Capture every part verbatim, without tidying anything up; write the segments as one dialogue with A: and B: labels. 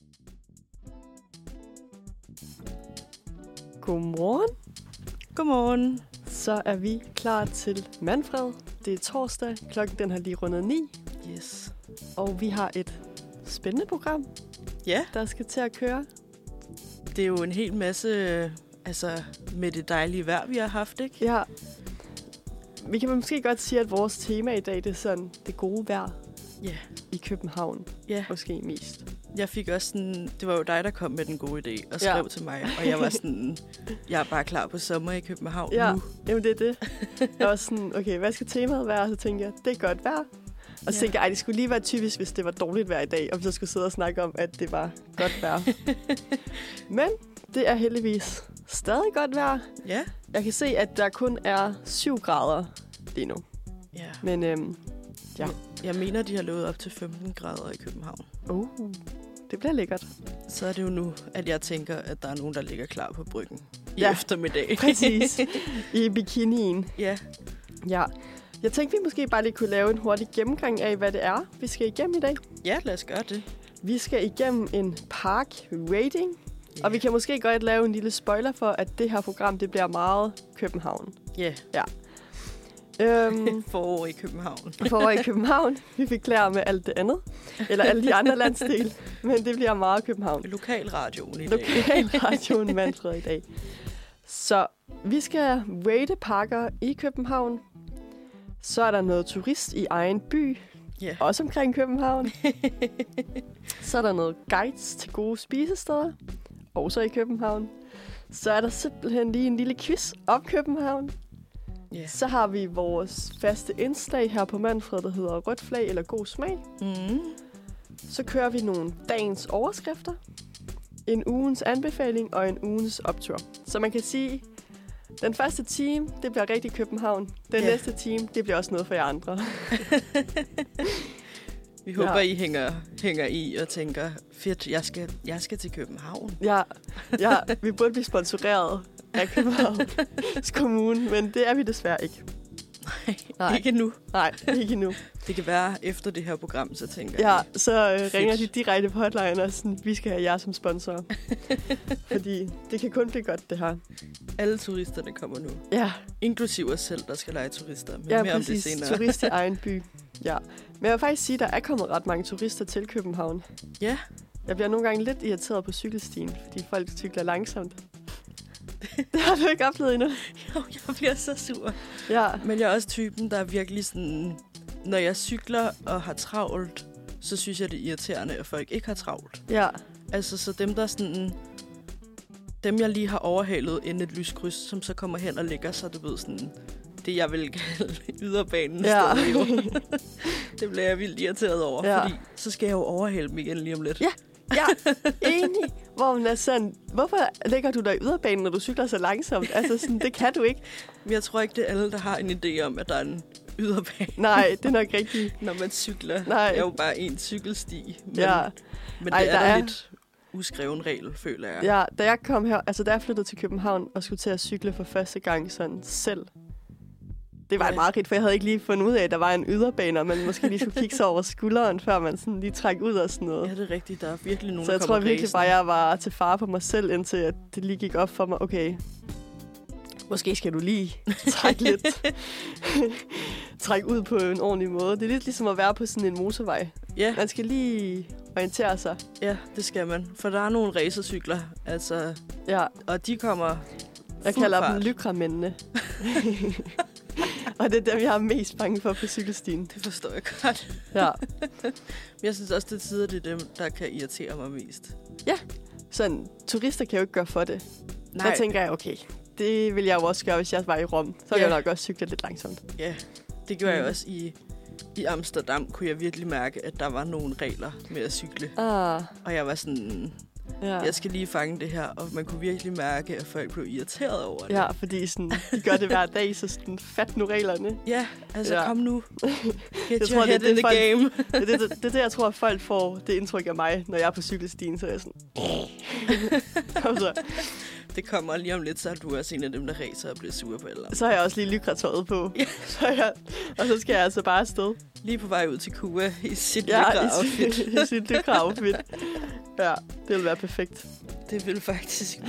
A: Godmorgen.
B: Godmorgen.
A: Så er vi klar til Manfred. Det er torsdag. Klokken den har lige rundet ni.
B: Yes.
A: Og vi har et spændende program,
B: Ja,
A: der skal til at køre.
B: det er jo en hel masse, altså med det dejlige vejr, vi har haft, ikke?
A: Ja. Vi kan måske godt sige, at vores tema i dag, det er sådan det gode vejr
B: Ja.
A: i København.
B: Ja,
A: Måske mest.
B: jeg fik også sådan, det var jo dig, der kom med den gode idé og
A: Ja.
B: skrev til mig, og jeg var sådan, jeg er bare klar på sommer i København
A: Ja,
B: nu.
A: jamen det er det. Jeg var sådan, okay, hvad skal temaet være? Og så tænkte jeg, det er godt vejr. Og så
B: Ja.
A: tænkte jeg, ej, det skulle lige være typisk, hvis det var dårligt vejr i dag, og vi så skulle sidde og snakke om, at det var godt vejr. Men det er heldigvis stadig godt vejr.
B: Ja.
A: Jeg kan se, at der kun er syv grader lige nu.
B: Ja.
A: Men øhm, ja.
B: Jeg mener, de har lovet op til femten grader i København.
A: Uh, det bliver lækkert.
B: Så er det jo nu, at jeg tænker, at der er nogen, der ligger klar på bryggen i
A: Ja.
B: eftermiddag.
A: Præcis. I bikinien.
B: Ja.
A: Ja. Jeg tænkte, vi måske bare lige kunne lave en hurtig gennemgang af, hvad det er, vi skal igennem i dag.
B: Ja, lad os gøre det.
A: Vi skal igennem en park-rating.
B: Ja.
A: Og vi kan måske godt lave en lille spoiler for, at det her program, det bliver meget København.
B: Ja.
A: Øhm,
B: Forår i København.
A: for i København. Vi fik klar med alt det andet. Eller alle de andre landsdele. Men det bliver meget København.
B: Lokalradioen i dag.
A: Lokalradioen Manfred i dag. Så vi skal rate parker i København. Så er der noget turist i egen by.
B: Ja.
A: Også omkring København. Så er der noget guides til gode spisesteder. Også i København. Så er der simpelthen lige en lille quiz om København.
B: Ja.
A: Så har vi vores faste indslag her på Manfred, der hedder Rødt flag eller god smag.
B: Mm.
A: Så kører vi nogle dagens overskrifter, en ugens anbefaling og en ugens optur. Så man kan sige, den første time, det bliver rigtig København. Den
B: Ja.
A: næste time, det bliver også noget for jer andre.
B: Vi håber,
A: Ja.
B: I hænger, hænger i og tænker, fedt, jeg skal, jeg skal til København.
A: Ja, ja, vi burde blive sponsoreret af Københavns Kommune, men det er vi desværre ikke.
B: Nej,
A: Nej.
B: ikke nu.
A: Nej, ikke endnu.
B: Det kan være efter det her program, så tænker
A: Ja,
B: jeg.
A: så øh,
B: Fedt.
A: ringer de direkte på hotline og sådan, vi skal have jer som sponsor. Fordi det kan kun blive godt, det her.
B: Alle turisterne kommer nu.
A: Ja,
B: Inklusiv os selv, der skal lege turister. Men
A: ja
B: mere om det
A: præcis.
B: senere.
A: Turist i egen by. Ja. Men jeg vil faktisk sige, at der er kommet ret mange turister til København.
B: Ja,
A: Jeg bliver nogle gange lidt irriteret på cykelstien, fordi folk cykler langsomt. Det har du ikke oplevet endnu.
B: jo, jeg bliver så sur.
A: Ja,
B: Men jeg er også typen, der er virkelig sådan, når jeg cykler og har travlt, så synes jeg, det er irriterende, at folk ikke har travlt.
A: ja,
B: Altså, så dem, der sådan... Dem, jeg lige har overhalet inden et lyskryds, som så kommer hen og lægger sig, du ved, sådan... Det, jeg vil kalde yderbanen
A: ja.
B: stedet, jo. Det bliver jeg vildt irriteret over,
A: Ja.
B: fordi så skal jeg jo overhale dem igen lige om lidt.
A: Ja. Ja, enig. Hvor man er sådan, hvorfor lægger du dig i yderbanen, når du cykler så langsomt? Altså, sådan, det kan du ikke.
B: Men jeg tror ikke, det er alle, der har en idé om, at der er en yderbane,
A: Nej, det er nok rigtigt.
B: når man cykler.
A: Nej.
B: Det er jo bare en cykelsti. Men,
A: Ja,
B: men
A: Ej,
B: det er
A: der
B: der
A: er-
B: lidt uskreven regel, føler jeg.
A: ja, da jeg kom her, altså da jeg flyttede til København og skulle til at cykle for første gang sådan selv, det var
B: Ja.
A: et meget rigt, for jeg havde ikke lige fundet ud af, at der var en yderbane, og man måske lige skulle kigge sig over skulderen, før man sådan lige træk ud og sådan noget.
B: Ja, det er rigtigt. Der er virkelig nogen,
A: Så jeg
B: der
A: tror
B: kommer
A: virkelig
B: ræsende.
A: bare, jeg var til fare på mig selv, indtil at det lige gik op for mig, okay, måske skal du lige trække lidt, trække ud på en ordentlig måde. Det er lidt ligesom at være på sådan en motorvej.
B: Ja,
A: Man skal lige orientere sig.
B: ja, det skal man. For der er nogle racercykler, altså,
A: Ja,
B: og de kommer
A: jeg
B: fuld
A: kalder
B: fart.
A: dem lykramændene. Og det er dem, jeg er mest bange for på cykelstien.
B: Det forstår jeg godt.
A: Ja.
B: Men jeg synes også, det tider, det er dem, der kan irritere mig mest.
A: Sådan, turister kan jo ikke gøre for det.
B: Nej,
A: Så tænker jeg, okay, det ville jeg jo også gøre, hvis jeg var i Rom. Så ville
B: Ja.
A: jeg nok også cykle lidt langsomt.
B: ja, det gjorde jeg
A: Mm.
B: også i, i Amsterdam, kunne jeg virkelig mærke, at der var nogle regler med at cykle.
A: Ah,
B: Og jeg var sådan,
A: ja.
B: jeg skal lige fange det her, og man kunne virkelig mærke, at folk blev irriteret over det.
A: Ja, fordi sådan, de gør det hver dag, så sådan, fat nu reglerne.
B: Ja, altså
A: Ja.
B: kom nu. Get
A: Jeg
B: your
A: tror, det er
B: head
A: det,
B: in the
A: folk-
B: game.
A: Det er det, det, det, det, jeg tror, at folk får det indtryk af mig, når jeg er på cykelstien, så er jeg sådan... Kom så.
B: Det kommer lige om lidt, så er du også en af dem, der racer og bliver sur på alle.
A: Så har jeg også lige lykratøjet på.
B: Ja.
A: Så jeg, og så skal jeg altså bare afsted.
B: Lige på vej ud til Kua i sit
A: Ja,
B: lækre
A: i,
B: outfit.
A: i sit lækre outfit. Ja, det vil være perfekt.
B: Det vil faktisk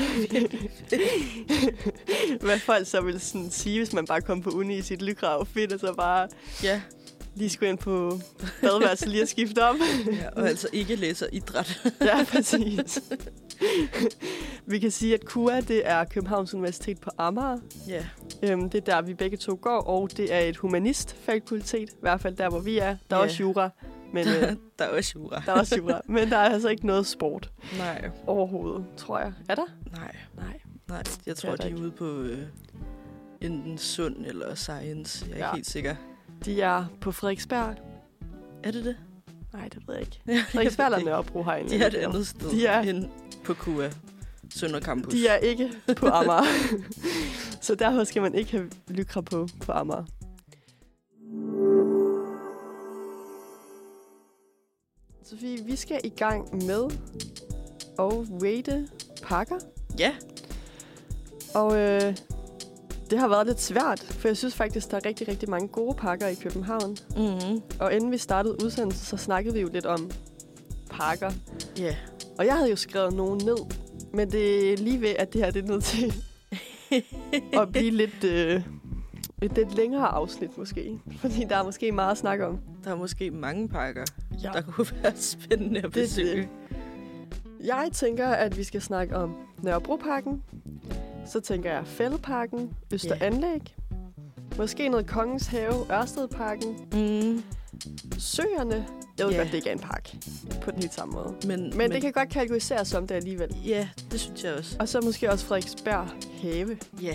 A: Hvad folk så vil sådan sige, hvis man bare kom på uni i sit lykrav, fedt, og så bare
B: ja.
A: lige skulle ind på badeværelset lige at skifte om.
B: Ja, og altså ikke læser idræt.
A: Ja, præcis. Vi kan sige, at K U A, det er Københavns Universitet på Amager.
B: Ja.
A: Øhm, det er der, vi begge to går, og det er et humanistfakultet, i hvert fald der, hvor vi er. Der er
B: Ja.
A: også jura. Men, øh,
B: Der er også jura.
A: der er også jura. Men der er altså ikke noget sport
B: Nej.
A: overhovedet, tror jeg. Er der?
B: Nej.
A: Nej.
B: Nej, jeg tror,
A: er der
B: de er
A: ikke.
B: ude på øh, enten Sund eller Science. Jeg er
A: Ja.
B: ikke helt sikker.
A: De er på Frederiksberg.
B: Er det det?
A: Nej, det ved jeg ikke. Frederiksberg eller Nørrebro har en.
B: De er et andet sted
A: De er-
B: end på K U A. Sønder Campus.
A: De er ikke på Amager. Så derfor skal man ikke have lykra på på Amager. Sofie, vi skal i gang med at rate pakker.
B: Ja.
A: Og øh, det har været lidt svært, for jeg synes faktisk, der er rigtig, rigtig mange gode pakker i København.
B: Mm-hmm.
A: Og inden vi startede udsendelsen, så snakkede vi jo lidt om pakker.
B: Ja.
A: Og jeg havde jo skrevet nogen ned, men det er lige ved, at det her det er nødt til at blive lidt, øh, et lidt længere afsnit måske. Fordi der er måske meget at snakke om.
B: Der er måske mange pakker,
A: Ja.
B: der kunne være spændende at
A: Det er
B: besøge.
A: det. Jeg tænker, at vi skal snakke om Nørrebroparken. Så tænker jeg Fælledparken, Østeranlæg. Måske noget Kongens Have, Ørstedparken.
B: Mm.
A: Søerne. Jeg ved
B: Ja.
A: godt, det ikke er en park på den helt samme måde.
B: Men,
A: Men, men det kan godt kategoriseres som det alligevel.
B: Ja, det synes jeg også.
A: Og så måske også Frederiksberg Have.
B: Ja.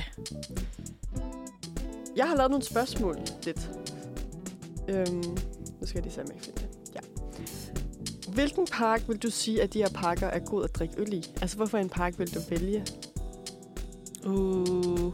A: Jeg har lavet nogle spørgsmål lidt. Øhm, nu skal jeg lige se, om jeg kan finde det. Ja. Hvilken park vil du sige, at de her parker er god at drikke øl i? Altså, hvorfor en park vil du vælge?
B: Uh.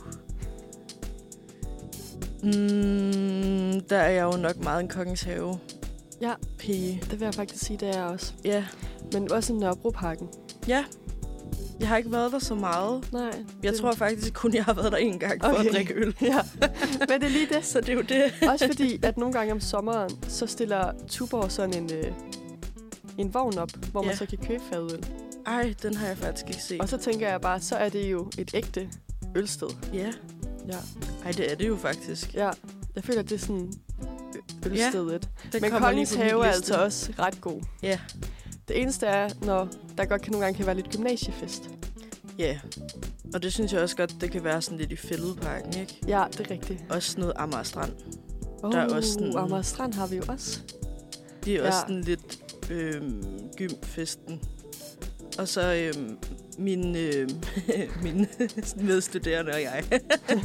B: Mm, der er jeg jo nok meget en Kongens Have.
A: Ja.
B: Pige.
A: Det vil jeg faktisk sige, det er jeg også.
B: Ja.
A: Men også Nørrebroparken.
B: Ja. Jeg har ikke været der så meget.
A: Nej.
B: Jeg
A: det...
B: tror faktisk kun, jeg har været der en gang for
A: Okay.
B: at drikke øl.
A: Ja, men det er lige det.
B: Så det er jo det.
A: Også fordi, at nogle gange om sommeren, så stiller Tuborg sådan en, øh, en vogn op, hvor man
B: Ja.
A: så kan købe fadøl.
B: Ej, den har jeg faktisk ikke set.
A: Og så tænker jeg bare, så er det jo et ægte ølsted.
B: Ja.
A: Ja.
B: Ej, det er det jo faktisk.
A: Ja, jeg føler, at det er sådan ø- ølstedet.
B: Den
A: Men
B: kommer
A: Kongens
B: lige på min
A: Have er
B: liste.
A: altså også ret god.
B: Ja.
A: Det eneste er, når der godt kan nogle gange kan være lidt gymnasiefest.
B: Ja. Og det synes jeg også godt, det kan være sådan lidt i Fælledparken, ikke?
A: Ja, det er rigtigt.
B: Også noget Amager Strand.
A: Oh,
B: Der er også sådan-
A: Amager Strand har vi jo også.
B: Det er
A: Ja.
B: også sådan lidt øhm, gymfesten. Og så øhm, min, øhm, min medstuderende og jeg.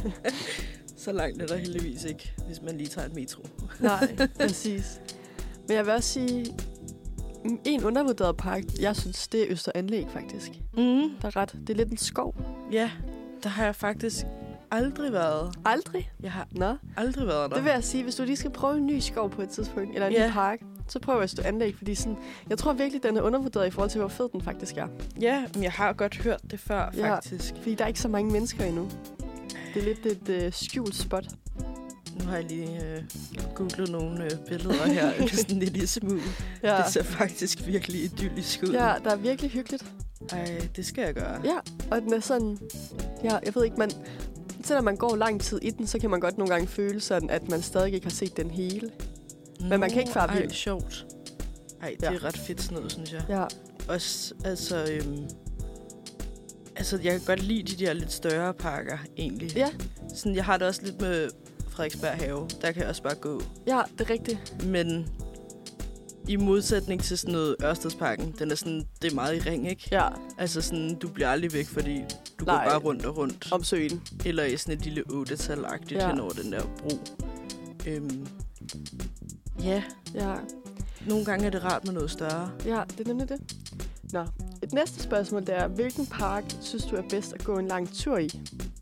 B: Så langt er der heldigvis ikke, hvis man lige tager et metro.
A: Nej, præcis. Men jeg vil også sige, mm, en undervurderet park, jeg synes, det er Østeranlæg faktisk.
B: Mm.
A: Der er ret. Det er lidt en skov.
B: Ja, der har jeg faktisk aldrig været.
A: Aldrig?
B: Jeg har
A: Nå,
B: aldrig været der.
A: det vil jeg sige, hvis du lige skal prøve en ny skov på et tidspunkt, eller en
B: Ja.
A: ny park, så prøv Østeranlæg, fordi sådan, jeg tror virkelig, den er undervurderet i forhold til, hvor fed den faktisk er.
B: Ja, men jeg har godt hørt det før,
A: Ja.
B: faktisk.
A: Fordi der er ikke så mange mennesker endnu. Det er lidt et øh, skjult spot.
B: Nu har jeg lige øh, googlet nogle øh, billeder her. Det er sådan lidt i smug.
A: Ja.
B: Det ser faktisk virkelig idyllisk ud.
A: Ja, der er virkelig hyggeligt.
B: Ej, det skal jeg gøre.
A: Ja, og den er sådan... Ja, jeg ved ikke, man... Selvom man går lang tid i den, så kan man godt nogle gange føle sådan, at man stadig ikke har set den hele. Men man kan ikke fare
B: Ej,
A: vild.
B: sjovt. Ej, det
A: Ja.
B: er ret fedt sådan noget, synes jeg.
A: Ja,
B: Også, altså... Øhm, altså, jeg kan godt lide de der lidt større parker, egentlig.
A: ja,
B: Sådan, jeg har det også lidt med Frederiksberg Have. Der kan jeg også bare gå.
A: ja, det er rigtigt.
B: Men i modsætning til sådan noget Ørstedsparken, den er sådan, det er meget i ring, ikke?
A: Ja,
B: Altså sådan, du bliver aldrig væk, fordi du
A: Nej.
B: går bare rundt og rundt.
A: om søen.
B: Eller i sådan et lille otte-tal-agtigt
A: Ja.
B: ja. hen over den der bro. Øhm, ja,
A: Ja,
B: nogle gange er det rart med noget større.
A: ja, det er nemlig det. Nå, et næste spørgsmål det er, hvilken park synes du er bedst at gå en lang tur i?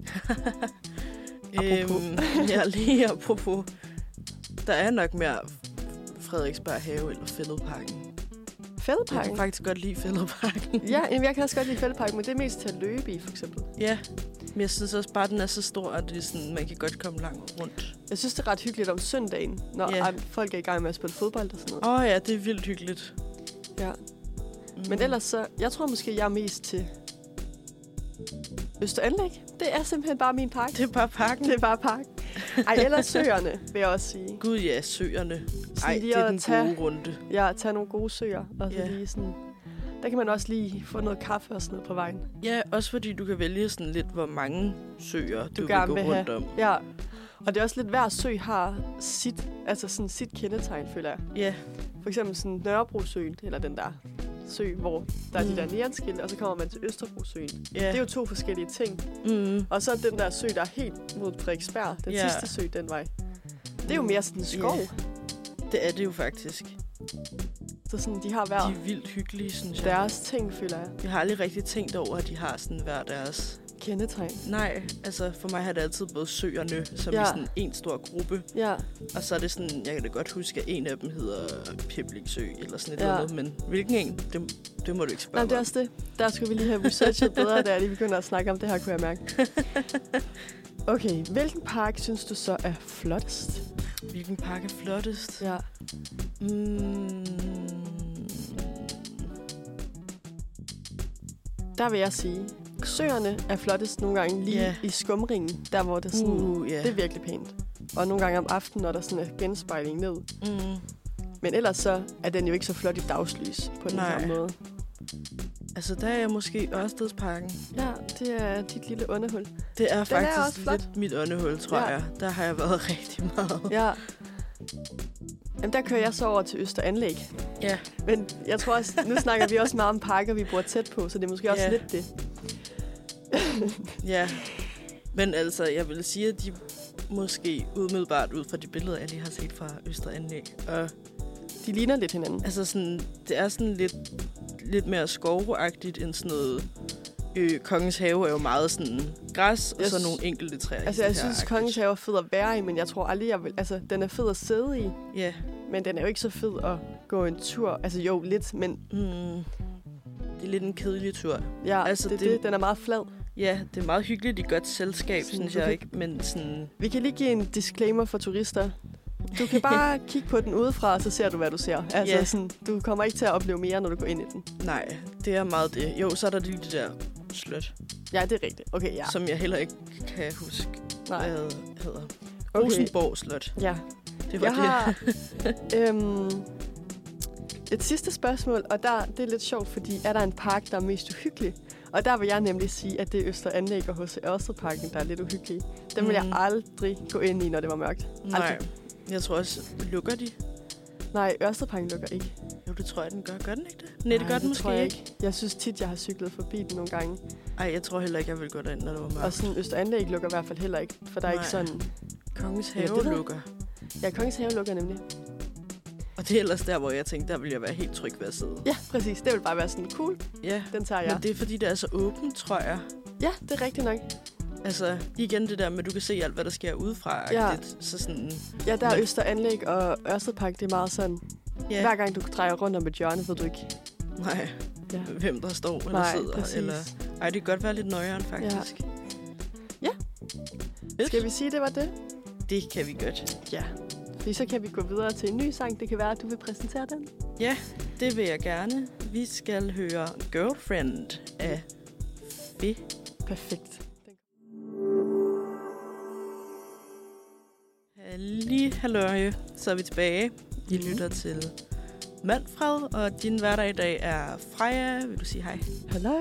A: Apropos.
B: Øhm, ja, lige apropos. Der er nok mere Frederiksberg Have eller Fælledparken. Jeg
A: Fælledparken?
B: kan faktisk godt lide Fælledparken.
A: Ja, jamen, jeg kan også godt lide Fælledparken, men det er mest til at løbe i, for eksempel.
B: Ja, men jeg synes også bare, at den er så stor, at det er sådan, man kan godt komme langt rundt.
A: Jeg synes, det er ret hyggeligt om søndagen, når
B: Ja.
A: yeah. folk er i gang med at spille fodbold og sådan noget.
B: Åh oh, ja, det er vildt hyggeligt.
A: Ja. Mm. Men ellers så, jeg tror måske, jeg er mest til Østeranlæg. Det er simpelthen bare min park.
B: Det er bare parken.
A: Det er bare park. Ej, ellers søerne, vil jeg også sige.
B: Gud ja, søerne.
A: Sådan
B: Ej,
A: lige
B: det er
A: at
B: den
A: tage-
B: gode runde.
A: Ja, tage nogle gode søer. Og så
B: Ja.
A: lige sådan... Der kan man også lige få noget kaffe og sådan noget på vejen.
B: Ja, også fordi du kan vælge sådan lidt, hvor mange søer du,
A: Du
B: vil
A: gerne
B: gå
A: vil
B: rundt
A: have.
B: om.
A: Ja. Og det er også lidt, hver sø har sit, altså sådan sit kendetegn, føler jeg.
B: Ja,
A: For eksempel sådan Nørrebrosøen, eller den der sø, hvor der er
B: Mm.
A: de der neonskilte, og så kommer man til Østerbrosøen.
B: ja.
A: Det er jo to forskellige ting.
B: Mm.
A: Og så den der sø, der er helt mod Frederiksberg, den
B: Ja.
A: sidste sø den vej. Det er jo mere sådan en skov.
B: Ja. Det er det jo faktisk.
A: Så sådan, de har
B: De
A: hver
B: er vildt hyggelige, synes jeg.
A: deres ting, føler jeg.
B: Jeg har aldrig rigtig tænkt over, at de har sådan hver deres...
A: Kendetegn.
B: Nej, altså for mig har det altid både søerne, som
A: Ja.
B: ja. i sådan en stor gruppe.
A: Ja,
B: Og så er det sådan, jeg kan da godt huske, at en af dem hedder Pebblingsø, eller sådan et
A: Ja.
B: eller andet. Men hvilken en? Det, det må du ikke spørge
A: nej, det er
B: mig
A: også det. Der skulle vi lige have researchet bedre, da vi begynder at snakke om det her, kunne jeg mærke. Okay, hvilken park synes du så er flottest?
B: om. Hvilken park er flottest?
A: Ja.
B: Mm.
A: Der vil jeg sige, søerne er flottest nogle gange lige
B: Ja.
A: i skumringen, der hvor det er sådan,
B: Uh, ja.
A: det er virkelig pænt. Og nogle gange om aftenen, når der sådan er genspejling ned.
B: Mm.
A: Men ellers så er den jo ikke så flot i dagslys på den
B: Nej.
A: her måde.
B: Altså, der er jeg måske Ørstedsparken.
A: Ja, det er dit lille underhul.
B: Det er
A: er
B: faktisk
A: også flot.
B: lidt mit åndehul, tror
A: Ja.
B: jeg. Der har jeg været rigtig meget.
A: Ja. Jamen, der kører jeg så over til Østeranlæg.
B: Ja.
A: Men jeg tror også, nu snakker vi også meget om parker, vi bor tæt på, så det er måske også
B: Ja.
A: lidt det.
B: Ja. Men altså, jeg vil sige, at de måske umiddelbart ud fra de billeder, jeg lige har set fra Østeranlæg. Og
A: De ligner lidt hinanden.
B: altså sådan, det er sådan lidt, lidt mere skovagtigt end sådan noget. Øh, Kongens Have er jo meget sådan græs, og
A: Jeg
B: så
A: sy-
B: nogle enkelte træer.
A: Altså, jeg synes, Kongens Have er fed at være i, men jeg tror aldrig, jeg vil... Altså, den er fed at sidde i,
B: Ja.
A: men den er jo ikke så fed at gå en tur. Altså, jo, lidt, men
B: Mm. Det er lidt en kedelig tur.
A: ja,
B: Altså,
A: altså, det, det,
B: det-
A: det, den er meget flad.
B: Ja, det er meget hyggeligt i godt selskab,
A: Sådan,
B: synes
A: du
B: jeg
A: kan-
B: ikke. Men sådan...
A: Vi kan lige give en disclaimer for turister. Du kan bare kigge på den udefra, og så ser du, hvad du ser. Altså,
B: Ja.
A: sådan, du kommer ikke til at opleve mere, når du går ind i den.
B: Nej, det er meget det. Jo, så er der lige det der slot,
A: Ja, det er rigtigt. Okay, ja.
B: ja. som jeg heller ikke kan huske,
A: Nej.
B: hvad hedder.
A: Okay.
B: Rosenborg Slot.
A: Ja.
B: Det var
A: Jeg
B: det.
A: har øhm, et sidste spørgsmål, og der, det er lidt sjovt, fordi er der en park, der er mest uhyggelig? Og der vil jeg nemlig sige, at det er Østeranlæg og H C Ørstedparken, der er lidt uhyggelige. Dem vil jeg
B: Mm.
A: aldrig gå ind i, når det var mørkt.
B: Nej,
A: Aldrig.
B: jeg tror også, lukker de?
A: Nej, Ørstedparken lukker ikke.
B: Jo, det tror jeg, den gør. Gør den ikke det? Nej, det gør den
A: det
B: måske
A: tror jeg
B: ikke.
A: ikke. Jeg synes tit, jeg har cyklet forbi den nogle gange.
B: Ej, jeg tror heller ikke, jeg vil gå derind, når det var mørkt.
A: Og sådan Østeranlæg lukker i hvert fald heller ikke, for der er
B: Nej.
A: ikke sådan...
B: Kongens
A: Ja,
B: Have
A: det ved jeg.
B: lukker.
A: Ja, Kongens Have lukker nemlig.
B: Og det er ellers der, hvor jeg tænkte, der ville jeg være helt tryg ved at sidde.
A: Ja, præcis. Det vil bare være sådan, cool,
B: Ja,
A: den tager jeg.
B: men det er fordi, det er så åbent, tror jeg.
A: Ja, det er rigtigt nok.
B: Altså, igen det der med, at du kan se alt, hvad der sker udefra.
A: Ja.
B: Ja. Så sådan,
A: Ja, der er
B: Men-
A: Østeranlæg og Ørstedpark, det er meget sådan...
B: ja,
A: Hver gang du drejer rundt om et hjørne, ved du ikke.
B: nej,
A: Ja.
B: hvem der står eller
A: Nej,
B: sidder.
A: præcis.
B: Eller, ej, det kan godt være lidt nøjeren, faktisk.
A: Ja.
B: Fedt.
A: Skal vi sige, det var det?
B: Det kan vi godt.
A: Ja. Fordi så kan vi gå videre til en ny sang. Det kan være, at du vil præsentere den.
B: Ja, det vil jeg gerne. Vi skal høre Girlfriend af Fe.
A: Perfekt.
B: Halli, halløje. Så er vi tilbage. I
A: Mhm.
B: lytter til Manfred, og din hverdag i dag er Freja. Vil du sige hej?
A: Halløj.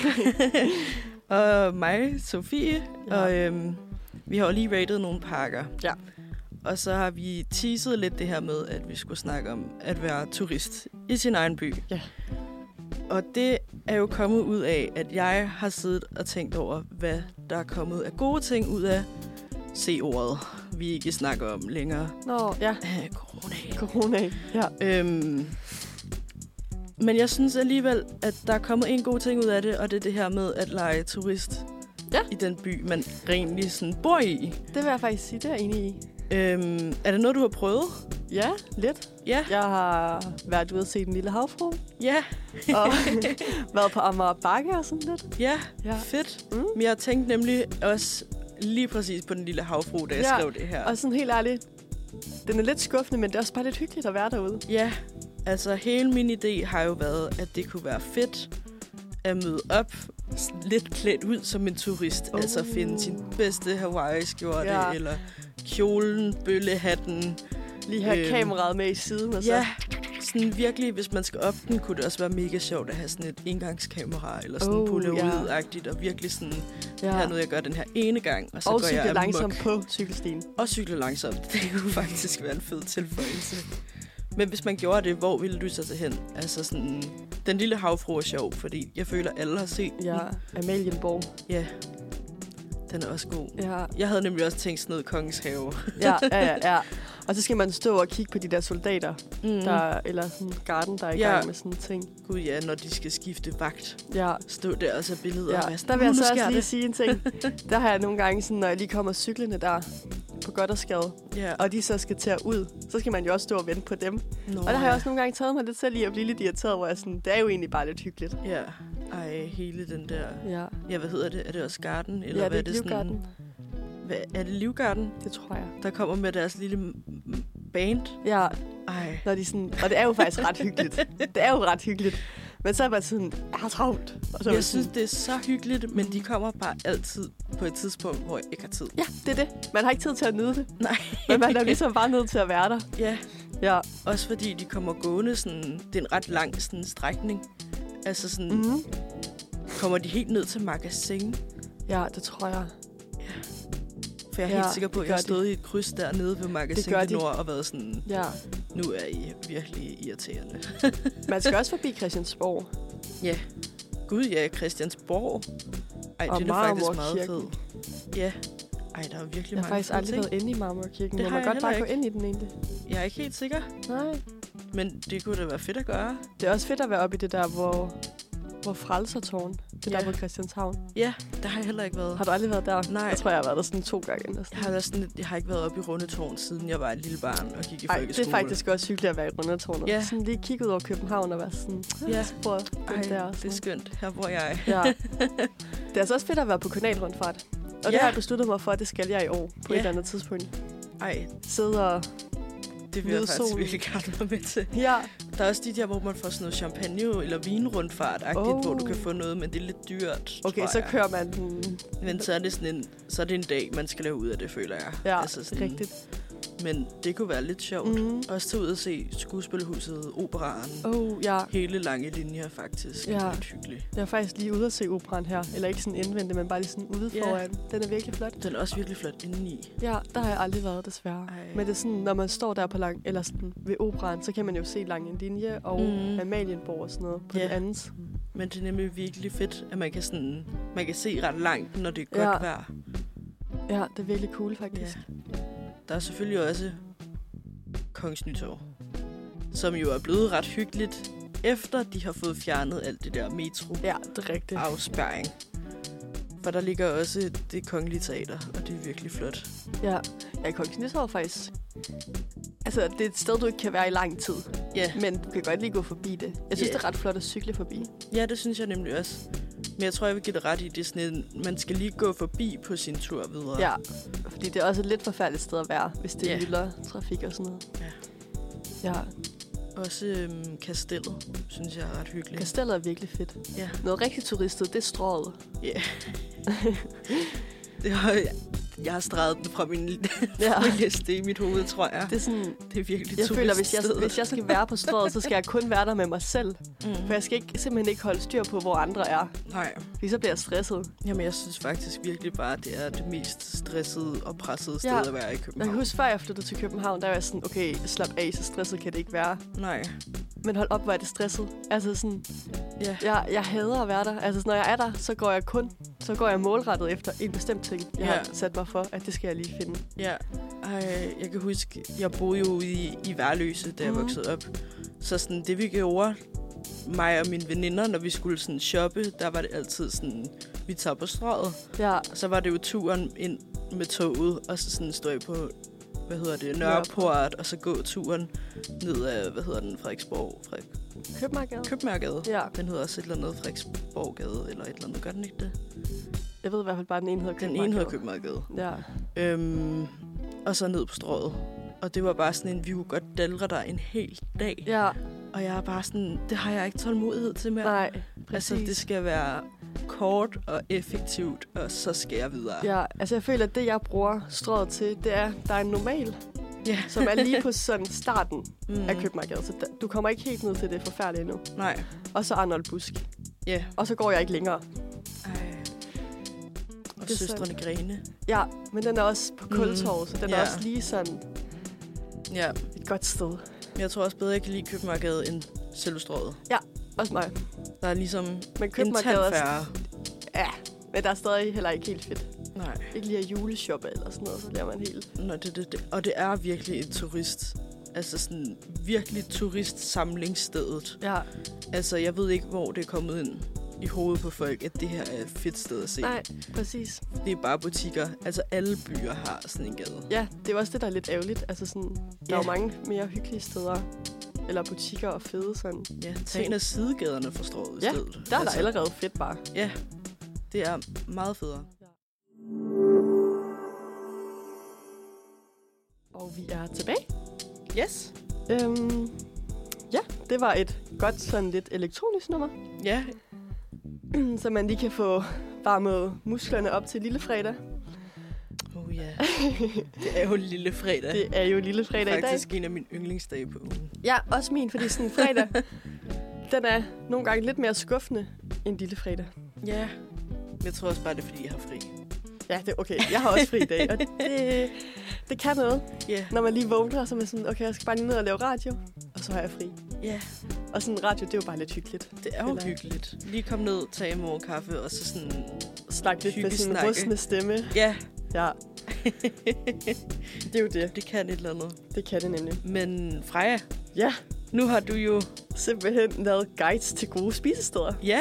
B: Og mig, Sofie.
A: Ja.
B: Og øhm, vi har jo lige rated nogle pakker.
A: Ja.
B: Og så har vi teaset lidt det her med, at vi skulle snakke om at være turist i sin egen by.
A: Ja.
B: Og det er jo kommet ud af, at jeg har siddet og tænkt over, hvad der er kommet af gode ting ud af C-ordet, vi ikke snakker om længere.
A: Nå, ja.
B: Øh, corona.
A: Corona. Ja.
B: Øhm, men jeg synes alligevel, at der er kommet en god ting ud af det, og det er det her med at lege turist
A: Ja.
B: i den by, man egentlig sådan bor i.
A: Det vil jeg faktisk sige, det er jeg enig i.
B: Øhm, er det noget, du har prøvet?
A: Ja, lidt.
B: Ja.
A: Jeg har været ude og se Den Lille Havfrue.
B: Ja.
A: Og været på Amager Bakke og sådan lidt.
B: Ja,
A: Ja.
B: fedt.
A: Mm.
B: Men jeg tænkte nemlig også lige præcis på Den Lille Havfrue, da jeg
A: Ja,
B: skrev det her.
A: Og sådan helt ærligt, den er lidt skuffende, men det er også bare lidt hyggeligt at være derude.
B: Ja, Altså, hele min idé har jo været, at det kunne være fedt at møde op lidt klædt ud som en turist. Oh. Altså finde sin bedste Hawaii-skjorte, ja. Eller kjolen, bøllehatten.
A: Lige have øh, kameraet med i siden. Og så.
B: Ja, sådan virkelig, hvis man skal op den, kunne det også være mega sjovt at have sådan et engangskamera, eller sådan oh, polaroid-agtigt, ja. Og virkelig sådan, ja. Her er noget, jeg gør den her ene gang, og så
A: og
B: går jeg
A: cykle langsomt på cykelstien.
B: Og cykle langsomt. Det kunne faktisk være en fed tilføjelse. Men hvis man gjorde det, hvor ville du så tage hen? Altså sådan, Den Lille Havfrue er sjov, fordi jeg føler, alle har set den.
A: Ja, Amalienborg.
B: Ja, den er også god.
A: Ja.
B: Jeg havde nemlig også tænkt sådan noget Kongens Have.
A: ja, ja, ja, ja. Og så skal man stå og kigge på de der soldater, mm. der, eller sådan garden, der er i
B: ja.
A: gang med sådan ting.
B: Gud ja, når de skal skifte vagt.
A: Ja.
B: Stå der og så billeder.
A: Ja.
B: Og sådan,
A: der vil jeg så også lige
B: det.
A: sige en ting. Der har jeg nogle gange, sådan, når jeg lige kommer cyklende der på Gothersgade,
B: ja.
A: og de så skal tage ud, så skal man jo også stå og vente på dem.
B: Nå,
A: og der har jeg også nogle gange taget mig lidt selv i at blive lidt irriteret, hvor jeg sådan, det er jo egentlig bare lidt hyggeligt.
B: Ja, ej, hele den der...
A: Ja,
B: ja hvad hedder det? Er det også Garden? Eller
A: ja,
B: hvad
A: det er, er det
B: Livgarden. Hvad, er det Livgarden?
A: Det tror jeg.
B: Der kommer med deres lille band?
A: Ja,
B: ej.
A: Når de sådan, og det er jo faktisk ret hyggeligt. Det er jo ret hyggeligt. Men så er man sådan, jeg har travlt. Og så
B: jeg
A: sådan,
B: synes, det er så hyggeligt, men de kommer bare altid på et tidspunkt, hvor jeg ikke har tid.
A: Ja, det er det. Man har ikke tid til at nyde det.
B: Nej.
A: Men man er ligesom bare nødt til at være der.
B: Ja.
A: Ja.
B: Også fordi de kommer gående sådan, det er en ret lang sådan, strækning. Altså sådan,
A: mm-hmm.
B: kommer de helt ned til Magasin.
A: Ja, det tror jeg.
B: Ja. For jeg er ja, helt sikker på, at jeg har stået de. i et kryds dernede ved Magasin Nord og været sådan,
A: ja.
B: Nu er I virkelig irriterende.
A: Man skal også forbi Christiansborg.
B: Ja. Gud ja, Christiansborg. Ej,
A: og
B: det er faktisk meget fedt. Ja. Ej, der er virkelig
A: jeg
B: mange
A: Jeg har faktisk aldrig været inde i Marmorkirken. Må man godt bare
B: ikke.
A: gå ind i den egentlig?
B: Jeg er ikke helt sikker.
A: Nej.
B: Men det kunne da være fedt at gøre.
A: Det er også fedt at være oppe i det der, hvor... Hvor Frelsertårn. Det
B: ja.
A: der på Christianshavn.
B: Ja, der har jeg heller ikke været.
A: Har du aldrig været der?
B: Nej.
A: Jeg tror, jeg har været der sådan to gange. Eller sådan.
B: Jeg, har sådan, jeg har ikke været oppe i Rundetårn, siden jeg var et lille barn og gik i
A: Ej,
B: folkeskole.
A: det er faktisk også hyggeligt at være i Rundetårnet.
B: Ja.
A: Sådan lige kigge ud over København og være sådan...
B: Ja.
A: Ej,
B: der, det er skønt. Her bor jeg.
A: Ja. Det er altså også fedt at være på kanalrundfart. Og ja. det har jeg besluttet mig for, at det skal jeg i år. På ja. et eller andet tidspunkt.
B: Ej.
A: Sidde og...
B: Det vil jeg faktisk solen. virkelig gerne være med til.
A: Ja.
B: Der er også de der, hvor man får sådan noget champagne- eller vinrundfart-agtigt, oh. hvor du kan få noget, men det er lidt dyrt,
A: okay, så kører man den...
B: Men så er det sådan en, så er det en dag, man skal lave ud af det, føler jeg.
A: Ja,
B: altså sådan,
A: rigtigt.
B: Men det kunne være lidt sjovt.
A: Mm.
B: Også tage ud og se skuespilhuset, operaen.
A: Oh, ja.
B: Hele lange linjer, faktisk.
A: Ja.
B: Lidt hyggeligt.
A: Jeg er faktisk lige ude at se operaen her. Eller ikke sådan indvendigt, men bare lige sådan ude
B: ja.
A: foran. Den er virkelig flot.
B: Den er også virkelig flot indeni.
A: Ja, der har jeg aldrig været, desværre.
B: Ej.
A: Men det er sådan, når man står der på lang, eller sådan ved operaen, så kan man jo se Lange Linje og mm. Amalienborg og sådan noget på
B: ja.
A: den anden.
B: Men det er nemlig virkelig fedt, at man kan, sådan, man kan se ret langt, når det er
A: ja.
B: godt vejr.
A: Ja, det er virkelig cool, faktisk.
B: Ja. Der er selvfølgelig også Kongens Nytorv, som jo er blevet ret hyggeligt, efter de har fået fjernet alt det der metro.
A: Ja, det er rigtigt.
B: Afspærring. For der ligger også det Kongelige Teater, og det er virkelig flot.
A: Ja, ja Kongens Nytorv faktisk. Altså, det er et sted, du ikke kan være i lang tid.
B: Ja. Men
A: du kan godt lige gå forbi det. Jeg synes, yeah. det er ret flot at cykle forbi.
B: Ja, det synes jeg nemlig også. Men jeg tror, jeg vil give det ret i, det er sådan en, man skal lige gå forbi på sin tur videre.
A: Ja, fordi det er også et lidt forfærdeligt sted at være, hvis det er
B: ja.
A: lille trafik og sådan noget.
B: Ja.
A: Ja.
B: Også øhm, Kastellet, synes jeg er ret hyggeligt.
A: Kastellet er virkelig fedt.
B: Ja.
A: Noget rigtig turistet, det er Strøget.
B: Ja. Yeah. det har jeg har streget den fra min,
A: ja.
B: min liste i mit hoved, tror jeg.
A: Det er, sådan,
B: det er virkelig
A: jeg føler, hvis jeg, hvis jeg skal være på Strøget, så skal jeg kun være der med mig selv. Mm. For jeg skal ikke, simpelthen ikke holde styr på, hvor andre er.
B: Nej.
A: Fordi så bliver jeg stresset.
B: Jamen, jeg synes faktisk virkelig bare, det er det mest stressede og pressede sted
A: ja.
B: at være i København.
A: Jeg kan huske, før jeg flyttede til København, der var jeg sådan, okay, slap af, så stresset kan det ikke være.
B: Nej.
A: Men hold op, hvor er det stresset. Altså sådan,
B: ja.
A: jeg, jeg hader at være der. Altså, når jeg er der, så går jeg kun, så går jeg målrettet efter en bestemt ting, jeg ja. har sat mig for, at det skal jeg lige finde.
B: Ja, Ej, jeg kan huske, jeg boede jo ude i, i Værløse, da jeg mm. voksede op. Så sådan, det vi gjorde, mig og mine veninder, når vi skulle sådan shoppe, der var det altid sådan, vi tager på Strøget.
A: Ja.
B: Og så var det jo turen ind med toget, og så sådan stod jeg på, hvad hedder det, Nørreport, og så gå turen ned af, hvad hedder den, Frederiksborg, Frederik...
A: Købmagergade.
B: Købmagergade.
A: Ja.
B: Den hedder også et eller andet Frederiksborggade, eller et eller andet. Gør den ikke det?
A: Jeg ved i hvert fald bare, at den ene hedder Købmagergade.
B: Den ene hedder Købmagergade.
A: Ja.
B: Øhm, og så ned på Strøget. Og det var bare sådan en, vi kunne godt dalre der en hel dag.
A: Ja.
B: Og jeg er bare sådan, det har jeg ikke tålmodighed til mere.
A: Nej,
B: Altså,
A: præcis.
B: det skal være kort og effektivt, og så skal jeg videre.
A: Ja, altså jeg føler, at det, jeg bruger strået til, det er, der er en normal,
B: Ja.
A: som er lige på sådan starten
B: Mm.
A: af købmarkedet. Så der, du kommer ikke helt ned til det forfærdelige endnu.
B: Nej.
A: Og så Arnold Busk.
B: Ja.
A: Og så går jeg ikke længere.
B: Ej. Og
A: Det er
B: søstrene Grene.
A: Ja, men den er også på Kultorvet, så den
B: Ja.
A: er også lige sådan
B: Ja.
A: et godt sted.
B: Jeg tror også bedre, jeg kan lide købmarkedet end Selvstrået.
A: Også mig.
B: Der er ligesom
A: Men
B: en
A: købmarkedet
B: tand
A: er...
B: færre.
A: Ja, men der er stadig heller ikke helt fedt.
B: Nej.
A: Ikke lige at juleshoppe eller sådan noget, så bliver man helt...
B: Nå, det, det, det. Og det er virkelig et turist. Altså sådan virkelig turistsamlingsstedet.
A: Ja,
B: Altså, jeg ved ikke, hvor det er kommet ind i hovedet på folk, at det her er et fedt sted at se.
A: nej, præcis.
B: Det er bare butikker. Altså, alle byer har sådan en gade.
A: Ja, det er jo også det, der er lidt ærgerligt. Altså sådan, der
B: Ja.
A: er jo mange mere hyggelige steder. Eller butikker og fede sådan.
B: Ja, tag en af sidegaderne for Strået i
A: Ja,
B: stedet.
A: Der er der allerede fedt bare.
B: Ja, det er meget federe.
A: Og vi er tilbage.
B: Yes.
A: Øhm, ja, det var et godt sådan lidt elektronisk nummer.
B: Ja,
A: Så man lige kan få varmet musklerne op til lille fredag.
B: oh ja. Det er jo lille fredag.
A: Det er jo lille fredag i dag.
B: Faktisk en af mine yndlingsdage på ugen.
A: Ja, også min, fordi sådan fredag, den er nogle gange lidt mere skuffende end lille fredag.
B: Ja. Jeg tror også bare, det er, fordi jeg har fri.
A: Ja, det er okay. Jeg har også fri i dag, og det, det kan noget.
B: Ja.
A: Når man lige vågner, så er man sådan, okay, jeg skal bare lige ned og lave radio, og så har jeg fri.
B: Ja,
A: Og sådan radio, det er jo bare lidt hyggeligt.
B: det er jo
A: Eller-
B: hyggeligt. Lige kom ned, tage en morgenkaffe, og så sådan...
A: Snak lidt med sin
B: Hyggesnakke.
A: rustne stemme.
B: Ja,
A: Ja, det er jo det.
B: det kan et eller andet.
A: Det kan det nemlig.
B: Men Freja,
A: Ja,
B: nu har du jo...
A: simpelthen lavet guides til gode spisesteder.
B: Ja,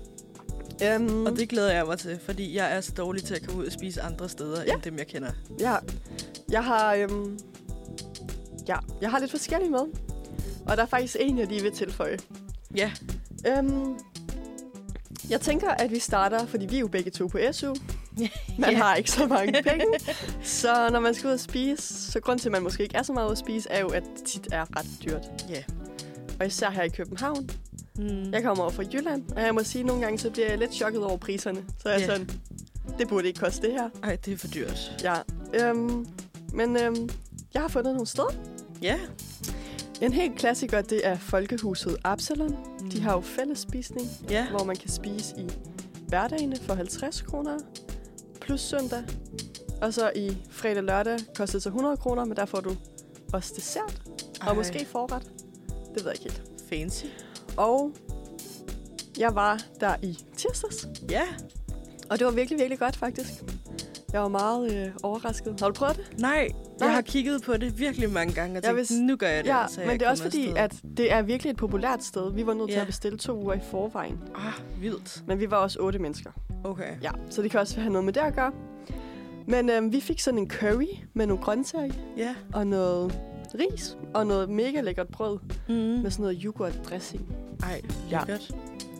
A: Um,
B: og det glæder jeg mig til, fordi jeg er så dårlig til at komme ud og spise andre steder,
A: Ja.
B: end dem, jeg kender.
A: Ja, jeg har, øhm, ja, jeg har lidt forskellige med. Og der er faktisk en, jeg lige vil tilføje.
B: Ja,
A: Øhm, jeg tænker, at vi starter, fordi vi er jo begge to på S U. Man
B: Ja.
A: har ikke så mange penge. Så når man skal ud og spise, så grund til, at man måske ikke er så meget ude at spise, er jo, at det tit er ret dyrt.
B: ja.
A: Og især her i København.
B: Mm.
A: Jeg kommer over fra Jylland, og jeg må sige, at nogle gange så bliver jeg lidt chokket over priserne. Så er jeg
B: Ja.
A: sådan, det burde ikke koste det her.
B: Ej, det er for dyrt.
A: Ja, øhm, men øhm, jeg har fundet nogle steder.
B: Ja.
A: En helt klassiker, det er Folkehuset Absalon.
B: Mm.
A: De har jo fællesspisning,
B: Ja.
A: hvor man kan spise i hverdagene for halvtreds kroner, plus søndag. Og så i fredag og lørdag koster det så hundrede kroner, men der får du også dessert,
B: Ej,
A: og måske forret. Det ved jeg ikke helt.
B: fancy.
A: Og jeg var der i tirsdags,
B: Ja.
A: og det var virkelig, virkelig godt faktisk. Jeg var meget øh, overrasket. Har du prøvet det?
B: Nej,
A: Nej.
B: jeg har kigget på det virkelig mange gange og
A: Jeg
B: tænkt,
A: vil-
B: nu gør jeg det.
A: Ja,
B: så jeg
A: men det er også
B: kommer
A: fordi,
B: afsted.
A: at det er virkelig et populært sted. Vi var nødt til
B: Ja.
A: at bestille to uger i forvejen.
B: Ah, vildt.
A: Men vi var også otte mennesker.
B: Okay.
A: Ja, så det kan også have noget med det at gøre. Men øhm, vi fik sådan en curry med nogle grøntsager i,
B: Ja.
A: og noget ris, og noget mega lækkert brød
B: Mm.
A: med sådan noget yoghurt-dressing.
B: Ej,
A: Ja.
B: lækkert.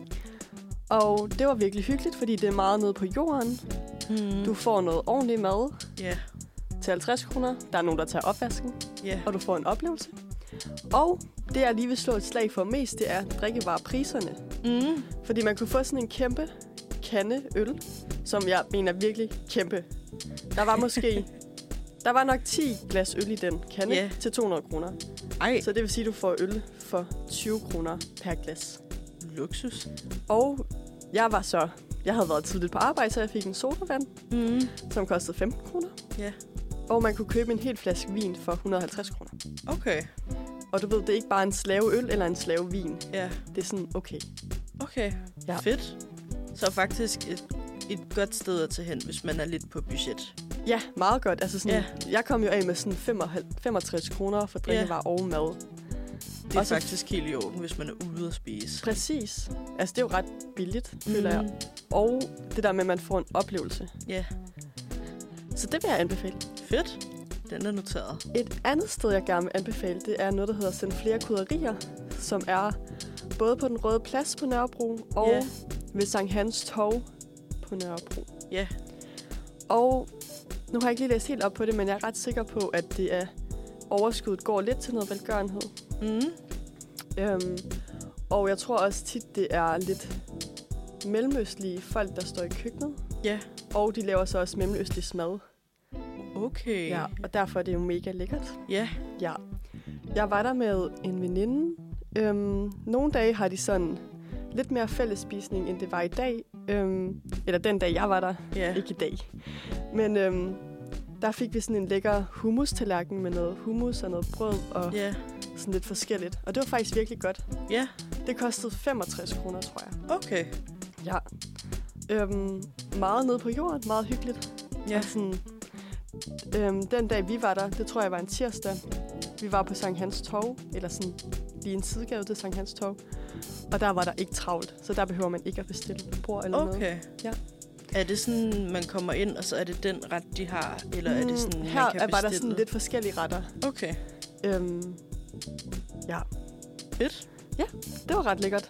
A: Og det var virkelig hyggeligt, fordi det er meget nede på jorden.
B: Mm.
A: Du får noget ordentligt mad
B: Ja.
A: til halvtreds kroner. Der er nogen, der tager opvasken,
B: Ja.
A: og du får en oplevelse. Og det, jeg lige vil slå et slag for mest, det er drikkevarepriserne.
B: Mm.
A: Fordi man kunne få sådan en kæmpe kande øl, som jeg mener virkelig kæmpe. Der var måske... Der var nok ti glas øl i den kande
B: Ja.
A: til to hundrede kroner.
B: Ej,
A: Så det vil sige, at du får øl for tyve kroner per glas.
B: luksus.
A: Og jeg var så... Jeg havde været tidligt på arbejde, så jeg fik en sodavand,
B: Mm.
A: som kostede femten kroner.
B: Ja.
A: Og man kunne købe en hel flaske vin for et hundrede og halvtreds kroner.
B: Okay.
A: Og du ved, det er ikke bare en slave øl eller en slave vin.
B: Ja.
A: Det er sådan, okay.
B: Okay.
A: Ja.
B: Fedt. Så faktisk et, et godt sted at tage hen, hvis man er lidt på budget.
A: Ja, meget godt. Altså sådan,
B: Ja.
A: Jeg kom jo af med sådan femogtres kroner for drikkevarer og mad.
B: Det er
A: Og så-
B: faktisk helt i orden, hvis man er ude at spise.
A: Præcis. Altså, det er jo ret billigt, føler jeg.
B: Mm.
A: Og det der med, at man får en oplevelse.
B: Ja.
A: Så det vil jeg anbefale.
B: Fedt. Den er noteret.
A: Et andet sted, jeg gerne vil anbefale, det er noget, der hedder Send Flere Krydderier, som er både på den Røde Plads på Nørrebro og
B: Ja.
A: ved Sankt Hans Torv på Nørrebro.
B: Ja.
A: Og nu har jeg ikke lige læst helt op på det, men jeg er ret sikker på, at det er overskuddet går lidt til noget velgørenhed.
B: Mm.
A: Øhm, og jeg tror også tit, det er lidt mellemøstlige folk, der står i køkkenet.
B: Ja.
A: Og de laver så også mellemøstlig mad.
B: Okay.
A: Ja, og derfor er det jo mega lækkert.
B: Ja.
A: Ja. Jeg var der med en veninde. Øhm, nogle dage har de sådan lidt mere fællesspisning, end det var i dag. Øhm, eller den dag, jeg var der.
B: Ja.
A: Ikke i dag. Men øhm, der fik vi sådan en lækker hummus-tallerken med noget hummus og noget brød og
B: Ja.
A: sådan lidt forskelligt. Og det var faktisk virkelig godt.
B: Ja.
A: Det kostede femogtres kroner, tror jeg.
B: Okay.
A: Ja. Øhm, meget nede på jorden. Meget hyggeligt.
B: Ja.
A: Og sådan, øhm, den dag, vi var der, det tror jeg var en tirsdag. Vi var på Sankt Hans Torv, eller sådan lige en sidegade til Sankt Hans Torv. Og der var der ikke travlt, så der behøver man ikke at bestille bord eller noget.
B: Okay.
A: Ja.
B: Er det sådan, man kommer ind, og så er det den ret, de har? Eller er det sådan,
A: mm,
B: man
A: her
B: kan
A: er bare der
B: bestille?
A: sådan lidt forskellige retter.
B: Okay.
A: Øhm, ja,
B: Fedt.
A: det var ret lækkert.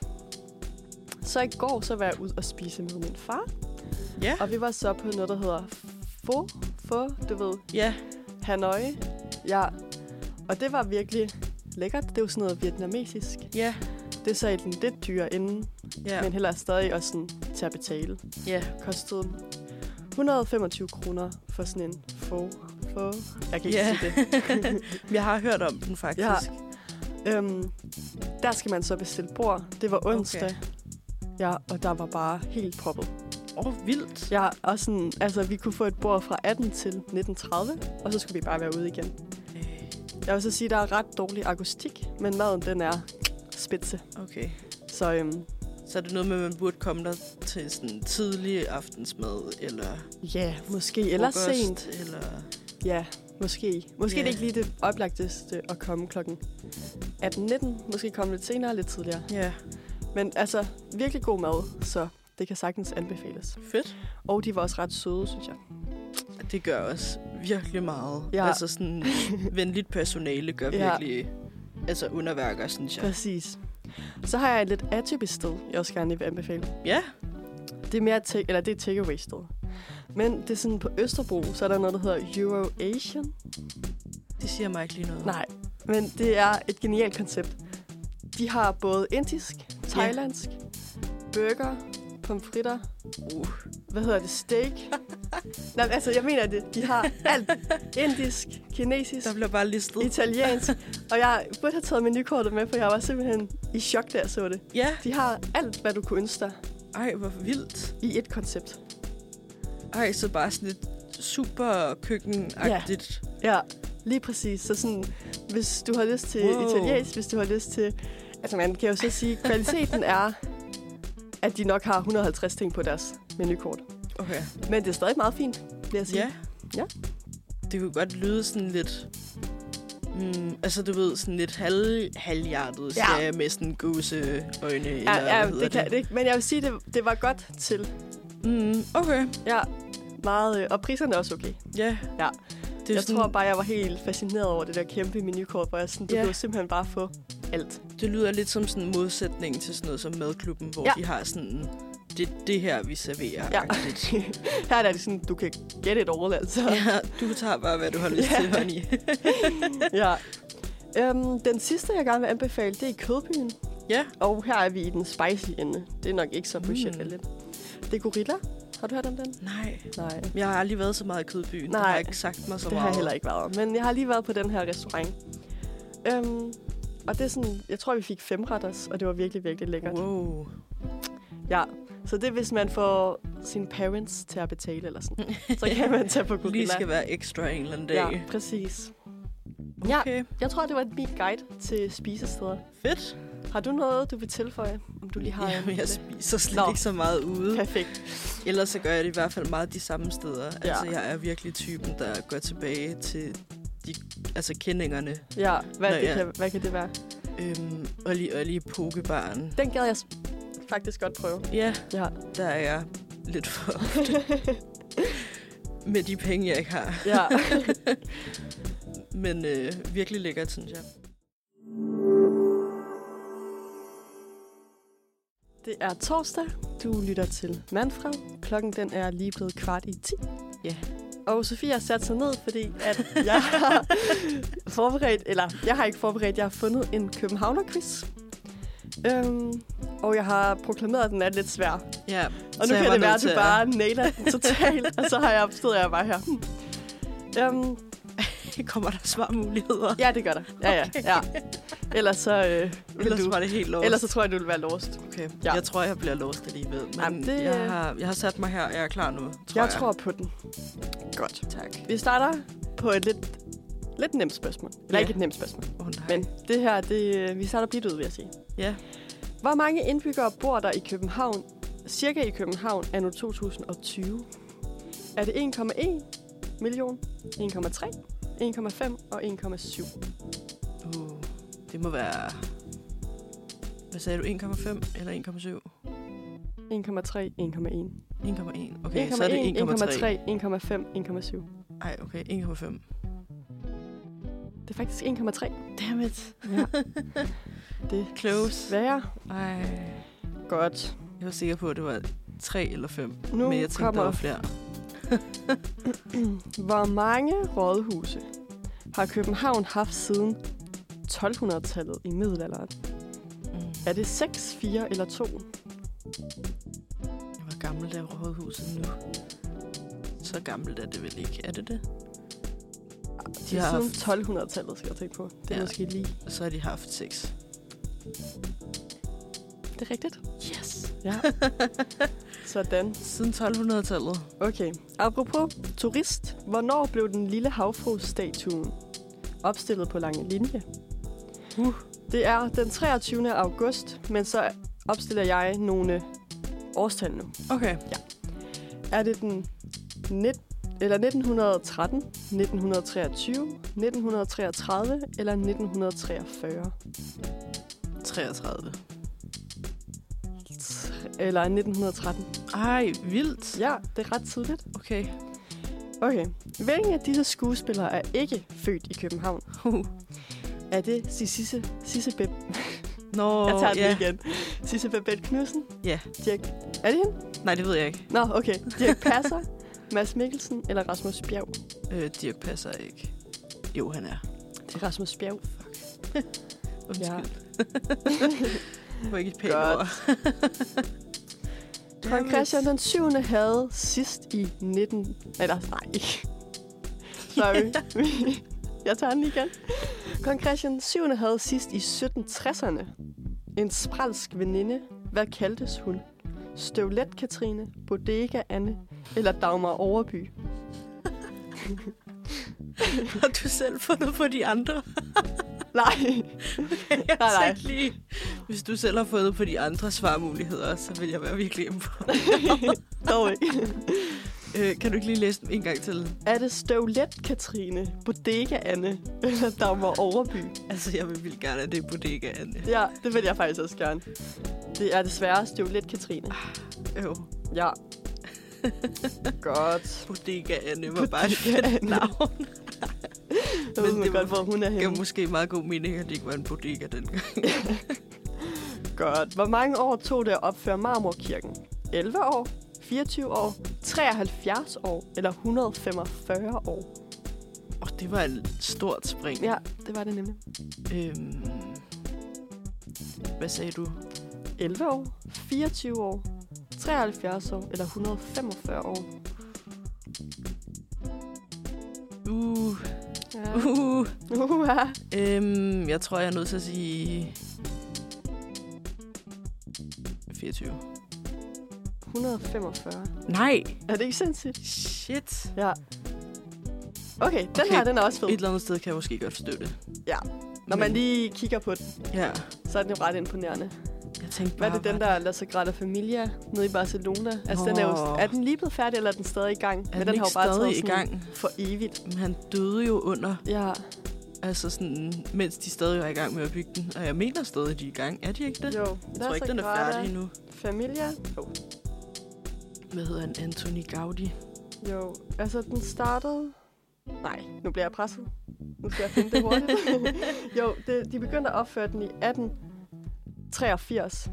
A: Så i går, så var jeg ude og spise med min far.
B: Ja.
A: Og vi var så på noget, der hedder Pho. Pho, du ved.
B: Ja.
A: Hanoi. Ja. Og det var virkelig lækkert. Det er jo sådan noget vietnamesisk.
B: Ja.
A: Det er så et lidt dyrere inden,
B: Ja.
A: men heller stadig også sådan til at betale.
B: Ja.
A: Kostede et hundrede og femogtyve kroner for sådan en Pho. Pho. Jeg kan ikke
B: Ja.
A: sige det.
B: Jeg har hørt om den, faktisk.
A: Ja. Øhm, der skal man så bestille bord. Det var onsdag. Okay. Ja, og der var bare helt proppet.
B: Åh, oh, vildt.
A: Ja, og sådan, altså, vi kunne få et bord fra atten til nitten tredive, og så skulle vi bare være ude igen. Jeg vil så sige, at der er ret dårlig akustik, men maden, den er spidse.
B: Okay.
A: Så øhm,
B: Så er det noget med, at man burde komme der til sådan tidlig aftensmad, eller
A: ja, måske. Eller
B: frokost,
A: sent.
B: Eller...
A: Ja, måske. Måske
B: Ja.
A: yeah. det ikke lige det oplagteste at komme klokken atten nitten. Måske komme lidt senere, lidt tidligere.
B: Ja.
A: Men altså, virkelig god mad, så det kan sagtens anbefales.
B: Fedt.
A: Og de var også ret søde, synes jeg.
B: Det gør også virkelig meget.
A: Ja.
B: Altså sådan venligt personale gør
A: Ja.
B: virkelig altså underværker, synes jeg.
A: Præcis. Så har jeg et lidt atypisk sted, jeg også gerne vil anbefale.
B: Ja.
A: Det er mere take, eller det er takeaway sted. Men det er sådan på Østerbro, så er der noget, der hedder Euro-Asian.
B: Det siger mig ikke lige noget.
A: Nej, men det er et genialt koncept. De har både indisk, thailandsk, burger, pomfritter,
B: Uh.
A: hvad hedder det, steak. Nej, altså, jeg mener det. De har alt. Indisk, kinesisk,
B: Der bliver bare listet.
A: italiensk. Og jeg burde have taget menukortet med, for jeg var simpelthen i chok, da jeg så det.
B: Ja.
A: De har alt, hvad du kunne ønske dig
B: Ej, hvor vildt.
A: i et koncept.
B: Ej, så bare sådan lidt super køkkenagtigt.
A: Ja, lige præcis. Så sådan, hvis du har lyst til
B: Wow.
A: italiensk, hvis du har lyst til... Altså, man kan jo så sige, kvaliteten er, at de nok har et hundrede og halvtreds ting på deres menukort.
B: Okay.
A: Men det er stadig meget fint, vil jeg sige.
B: Ja.
A: Ja.
B: Det kunne godt lyde sådan lidt... Mm, altså, du ved, sådan lidt halv, halvhjertet,
A: Ja.
B: ja. med sådan gåseøjne, eller
A: Ja, ja
B: hvad hedder
A: det kan det ikke. Men jeg vil sige, det, det var godt til.
B: Mm, okay.
A: Ja, meget. øh, Og priserne er også okay.
B: Ja.
A: Ja.
B: Det er
A: Jeg
B: sådan,
A: tror bare, jeg var helt fascineret over det der kæmpe menukort, hvor jeg sådan, du
B: Ja.
A: kan jo simpelthen bare få alt.
B: det lyder lidt som sådan en modsætning til sådan noget som Madklubben, hvor
A: Ja.
B: de har sådan... Det er det her, vi serverer.
A: Ja.
B: Ja.
A: Her er det sådan, du kan get it all, altså.
B: Ja, du tager bare, hvad du har lyst
A: Ja.
B: til, honey.
A: Ja. Øhm, den sidste, jeg gerne vil anbefale, det er i Kødbyen.
B: Ja.
A: Og her er vi i den spicy ende. Det er nok ikke så budgetvenligt. Mm. Det er Gorilla. Har du hørt om den?
B: Nej.
A: Nej.
B: Jeg har aldrig været så meget i Kødbyen.
A: Nej.
B: Det har ikke sagt mig så
A: Det
B: meget.
A: har jeg heller ikke været. Men jeg har lige været på den her restaurant. Øhm, og det er sådan, jeg tror, vi fik fem retters, og det var virkelig, virkelig lækkert.
B: Wow.
A: Ja, så det er, hvis man får sine parents til at betale eller sådan. Så kan man tage på Gorilla.
B: Lige skal være ekstra en eller anden dag.
A: Ja, præcis. Ja,
B: Okay.
A: jeg tror, det var min guide til spisesteder.
B: Fedt.
A: Har du noget, du vil tilføje, om du lige har?
B: Jamen,
A: en-
B: jeg spiser slet
A: Nå.
B: ikke så meget ude.
A: Perfekt.
B: Ellers så gør jeg det i hvert fald meget de samme steder.
A: Ja.
B: Altså, jeg er virkelig typen, der går tilbage til de, altså kendingerne.
A: Ja, hvad,
B: Nå,
A: det
B: ja.
A: Kan, hvad kan det være?
B: Øhm, og lige, og lige pokebaren.
A: Den gad jeg s- faktisk godt prøve.
B: Ja,
A: Ja.
B: der er jeg lidt for ofte. Med de penge, jeg ikke har.
A: Ja.
B: Men øh, virkelig lækkert, synes jeg.
A: Det er torsdag. Du lytter til Manfred. Klokken den er lige blevet kvart i ti.
B: Ja.
A: Og Sofie har sat sig ned, fordi at jeg har forberedt, eller jeg har ikke forberedt, jeg har fundet en Københavner-quiz. Øhm, og jeg har proklameret, at den er lidt svær.
B: Ja.
A: Og nu kan det være, at du bare nailer den totalt, og så har jeg stået jeg bare her. Øhm,
B: Kommer der svarmuligheder?
A: ja, det gør der. Ja,
B: Okay.
A: ja, ja. Ellers så... Øh,
B: Ellers
A: du,
B: var det helt lost.
A: ellers så tror jeg, du vil være lost.
B: Okay,
A: Ja.
B: jeg tror, jeg bliver lost alligevel. Men
A: Jamen, det-
B: jeg, har, jeg har sat mig her, og jeg er klar nu, tror
A: Jeg,
B: jeg.
A: tror på den.
B: Godt. Tak.
A: Vi starter på et lidt, lidt nemt spørgsmål. Eller
B: Ja.
A: ikke et nemt spørgsmål.
B: Åh, oh, nej.
A: Men det her, det, vi starter blidt ud, vil jeg sige.
B: Ja.
A: Hvor mange indbyggere bor der i København, cirka i København, anno to tusind og tyve? Er det en komma en million, en komma tre, en komma fem og en komma syv?
B: Uh, det må være... Hvad sagde du? en komma fem eller en komma syv?
A: en komma tre, en komma en.
B: en komma en. Okay,
A: en
B: så er det
A: komma en,
B: en komma tre.
A: en komma tre, en komma fem, en komma syv.
B: Ej, okay, en komma fem.
A: Det er faktisk en komma tre.
B: Dammit.
A: Ja. Det er
B: Close.
A: svære.
B: Ej.
A: Godt.
B: Jeg var sikker på, at det var tre eller fem.
A: Nu
B: Men jeg tænkte,
A: kommer-
B: der var flere.
A: Hvor mange rådhuse har København haft siden tolv hundrede-tallet i middelalderen?
B: Mm.
A: Er det seks, fire eller to?
B: Hvor gammelt er rådhuset nu? Så gammelt er det vel ikke, er det det?
A: De
B: har
A: har siden
B: haft-
A: tolv hundrede-tallet, skal jeg tænke på. Det er
B: Ja.
A: måske lige...
B: Så har de haft seks.
A: Det er rigtigt.
B: Yes!
A: Ja. Sådan.
B: Siden tolv hundrede-tallet.
A: Okay. Apropos turist. Hvornår blev den lille havfru-statuen opstillet på Lange Linje?
B: Uh.
A: Det er den treogtyvende august, men så opstiller jeg nogle årstal nu.
B: Okay.
A: Er det den net, eller nitten tretten, nitten treogtyve, nitten treogtredive eller nitten treogfyrre?
B: treogtredive.
A: Eller nitten tretten.
B: Ej, vildt.
A: Ja, det er ret tidligt.
B: Okay.
A: Okay. Hvilken af disse skuespillere er ikke født i København?
B: Uh.
A: Er det Sisse Sisse Beb...
B: Nå,
A: Jeg tager den
B: ja.
A: igen. Sisse Babette Knudsen?
B: Ja.
A: Dirk... Er det hende?
B: Nej, det ved jeg ikke.
A: Nå, okay. Dirk Passer, Mads Mikkelsen eller Rasmus Bjerg?
B: Øh, Dirk passer ikke. Jo, han er.
A: Det er Rasmus Bjerg.
B: Undskyld.
A: Ja.
B: Det var ikke et pænt
A: Godt.
B: ord.
A: Kong Christian den syvende havde sidst i nitten... Eller, nej. Sorry. Jeg tager den lige igen. Kong Christian den syvende havde sidst i sytten tresserne en spralsk veninde. Hvad kaldtes hun? Støvlet Katrine, Bodega Anne eller Dagmar Overby?
B: Har du selv fundet på de andre?
A: Nej.
B: Jeg
A: Nej, nej.
B: tænkte lige, hvis du selv har fundet på de andre svarmuligheder, så vil jeg være virkelig hjemme på.
A: Dog ikke.
B: øh, kan du ikke lige læse dem en gang til?
A: Er det Støvlet Katrine, Bodega Anne eller Dagmar Overby?
B: Altså, jeg vil vildt gerne, at det er Bodega Anne.
A: Ja, det vil jeg faktisk også gerne. Det er desværre Støvlet Katrine.
B: Jo.
A: Ja. Godt.
B: Bodega Anne var bare et
A: Bodega
B: fedt
A: Anne.
B: navn.
A: Jeg ved
B: Men
A: man
B: det
A: godt, hvor hun er
B: Det gav
A: henne.
B: måske meget god mening, at det ikke var en bodega dengang.
A: Godt. Hvor mange år tog det at opføre Marmorkirken? elleve år, fireogtyve år, treoghalvfjerds år eller et hundrede og femogfyrre år?
B: Og det var et stort spring.
A: Ja, det var det nemlig.
B: Øhm, hvad sagde du?
A: elleve år, fireogtyve år, treoghalvfjerds år eller et hundrede og femogfyrre år?
B: Uh,
A: Ja.
B: uh.
A: Uh, ja.
B: Øhm, jeg tror, jeg er nødt til at sige fireogtyve.
A: et hundrede og femogfyrre.
B: Nej!
A: Er det ikke sindssygt?
B: Shit.
A: Ja. Okay, den
B: Okay,
A: her, den er også fed.
B: Et eller andet sted kan jeg måske godt forstå det.
A: Ja. Når man lige kigger på den,
B: Ja.
A: så er den jo ret imponerende.
B: Jeg tænkte
A: Hvad
B: bare,
A: er det, den der La Sagrada Familia nede i Barcelona? Altså, den er, jo,
B: Nå.
A: er den lige blevet færdig, eller er den stadig i gang?
B: er
A: Men
B: den,
A: den
B: ikke
A: har jo bare
B: stadig
A: taget
B: i
A: sådan
B: gang?
A: for evigt.
B: Men han døde jo under,
A: Ja.
B: altså sådan, mens de stadig var i gang med at bygge den. Og jeg mener stadig, de er i gang. Er de ikke det?
A: Jo.
B: Jeg tror ikke, den er færdig endnu.
A: Familia? Jo.
B: Hvad hedder han? Anthony Gaudi.
A: Jo. Altså, den startede... Nej, nu bliver jeg presset. Nu skal jeg finde det hurtigt. jo, det, de begyndte at opføre den i atten treogfirs.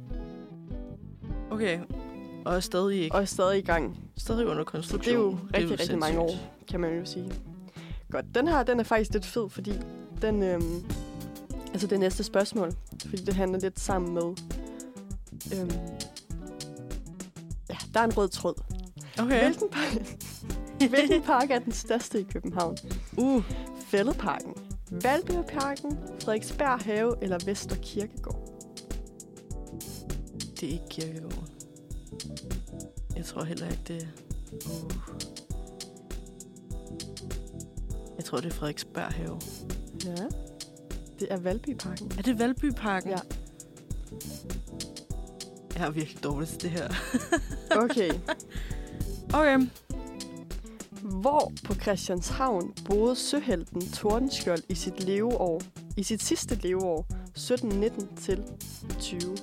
B: Okay. Og er stadig ikke.
A: Og er stadig i gang.
B: Stadig under
A: Så
B: konstruktion.
A: det er jo rigtig, rigtig mange år,
B: sindssygt.
A: kan man jo sige. Godt, den her, den er faktisk lidt fed, fordi den øhm, Altså det næste spørgsmål, fordi det handler lidt sammen med... Øhm, ja, der er en rød tråd.
B: Okay.
A: Hvilken, park, hvilken park er den største i København?
B: Uh.
A: Fælledparken, Valbyparken, Frederiksberg Have eller Vester Kirkegård?
B: Det er ikke Kirkegården. Jeg tror heller ikke, det er... Uh. Jeg tror, det er Frederiksberg Have.
A: Ja, det er Valbyparken.
B: Er det Valbyparken?
A: Ja.
B: Jeg er virkelig dårlig til det her.
A: Okay.
B: Okay.
A: Hvor på Christianshavn boede søhelten Tordenskjold i sit leveår, i sit sidste leveår, sytten nitten til tyve?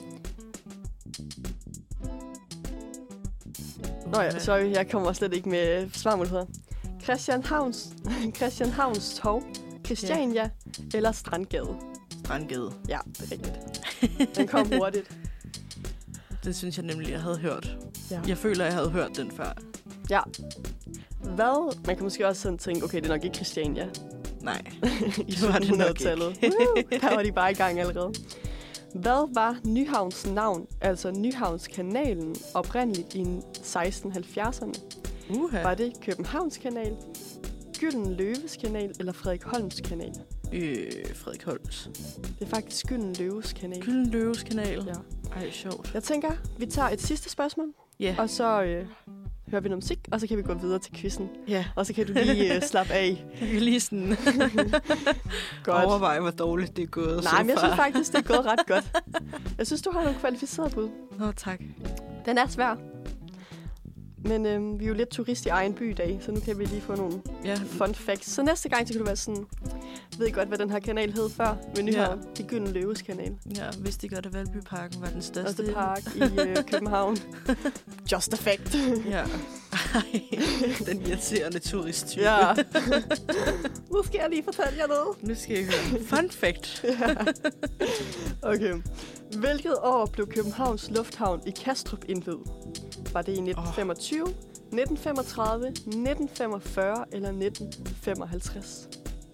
A: Nå ja, sorry, jeg kommer slet ikke med svarmuligheder. Christianshavns, Christianshavns Torv, Christiania ja. eller Strandgade?
B: Strandgade.
A: Ja, det er rigtigt. Den kom hurtigt.
B: Det synes jeg nemlig, jeg havde hørt.
A: Ja.
B: Jeg føler, jeg havde hørt den før.
A: Ja. Hvad? Man kan måske også sådan tænke, okay, det er nok ikke Christiania.
B: Nej,
A: i
B: det var det nok
A: tallet.
B: ikke.
A: Der var de bare i gang allerede. Hvad var Nyhavns navn, altså Nyhavnskanalen, oprindeligt i seksten halvfjerdserne?
B: Uh-huh.
A: Var det Københavns kanal, Gylden Løves kanal eller Frederik Holms kanal?
B: Øh, Frederik Holms.
A: Det er faktisk Gylden Løves kanal.
B: Gylden Løves kanal?
A: Ja.
B: Ej, sjovt.
A: Jeg tænker, vi tager et sidste spørgsmål,
B: yeah.
A: og så øh, hører vi noget musik, og så kan vi gå videre til quizzen.
B: Ja. Yeah.
A: Og så kan du lige øh, slappe af.
B: Jeg kan lige sådan
A: godt.
B: Overveje, hvor dårligt det er gået.
A: Nej, men jeg synes faktisk, det er gået ret godt. Jeg synes, du har nogle kvalificerede bud.
B: Nå, tak.
A: Den er svær. Men øh, vi er jo lidt turist i egen by i dag, så nu kan vi lige få nogle
B: ja.
A: fun facts. Så næste gang, så kan du være sådan, ved I godt, hvad den her kanal hed før? Med Nyhavn. Ja. Det Gylden Løves kanal.
B: Ja, hvis de gør det, Valbyparken var den største.
A: Største park i øh, København. Just a fact.
B: Ja. Ej, den irriterende turisttype.
A: Ja. Nu skal jeg lige fortælle jer noget.
B: Nu skal I høre. Fun fact.
A: Ja. Okay. Hvilket år blev Københavns Lufthavn i Kastrup indviet? Var det i nitten femogtyve, oh. nitten femogtredive, nitten femogfyrre eller nitten femoghalvtreds?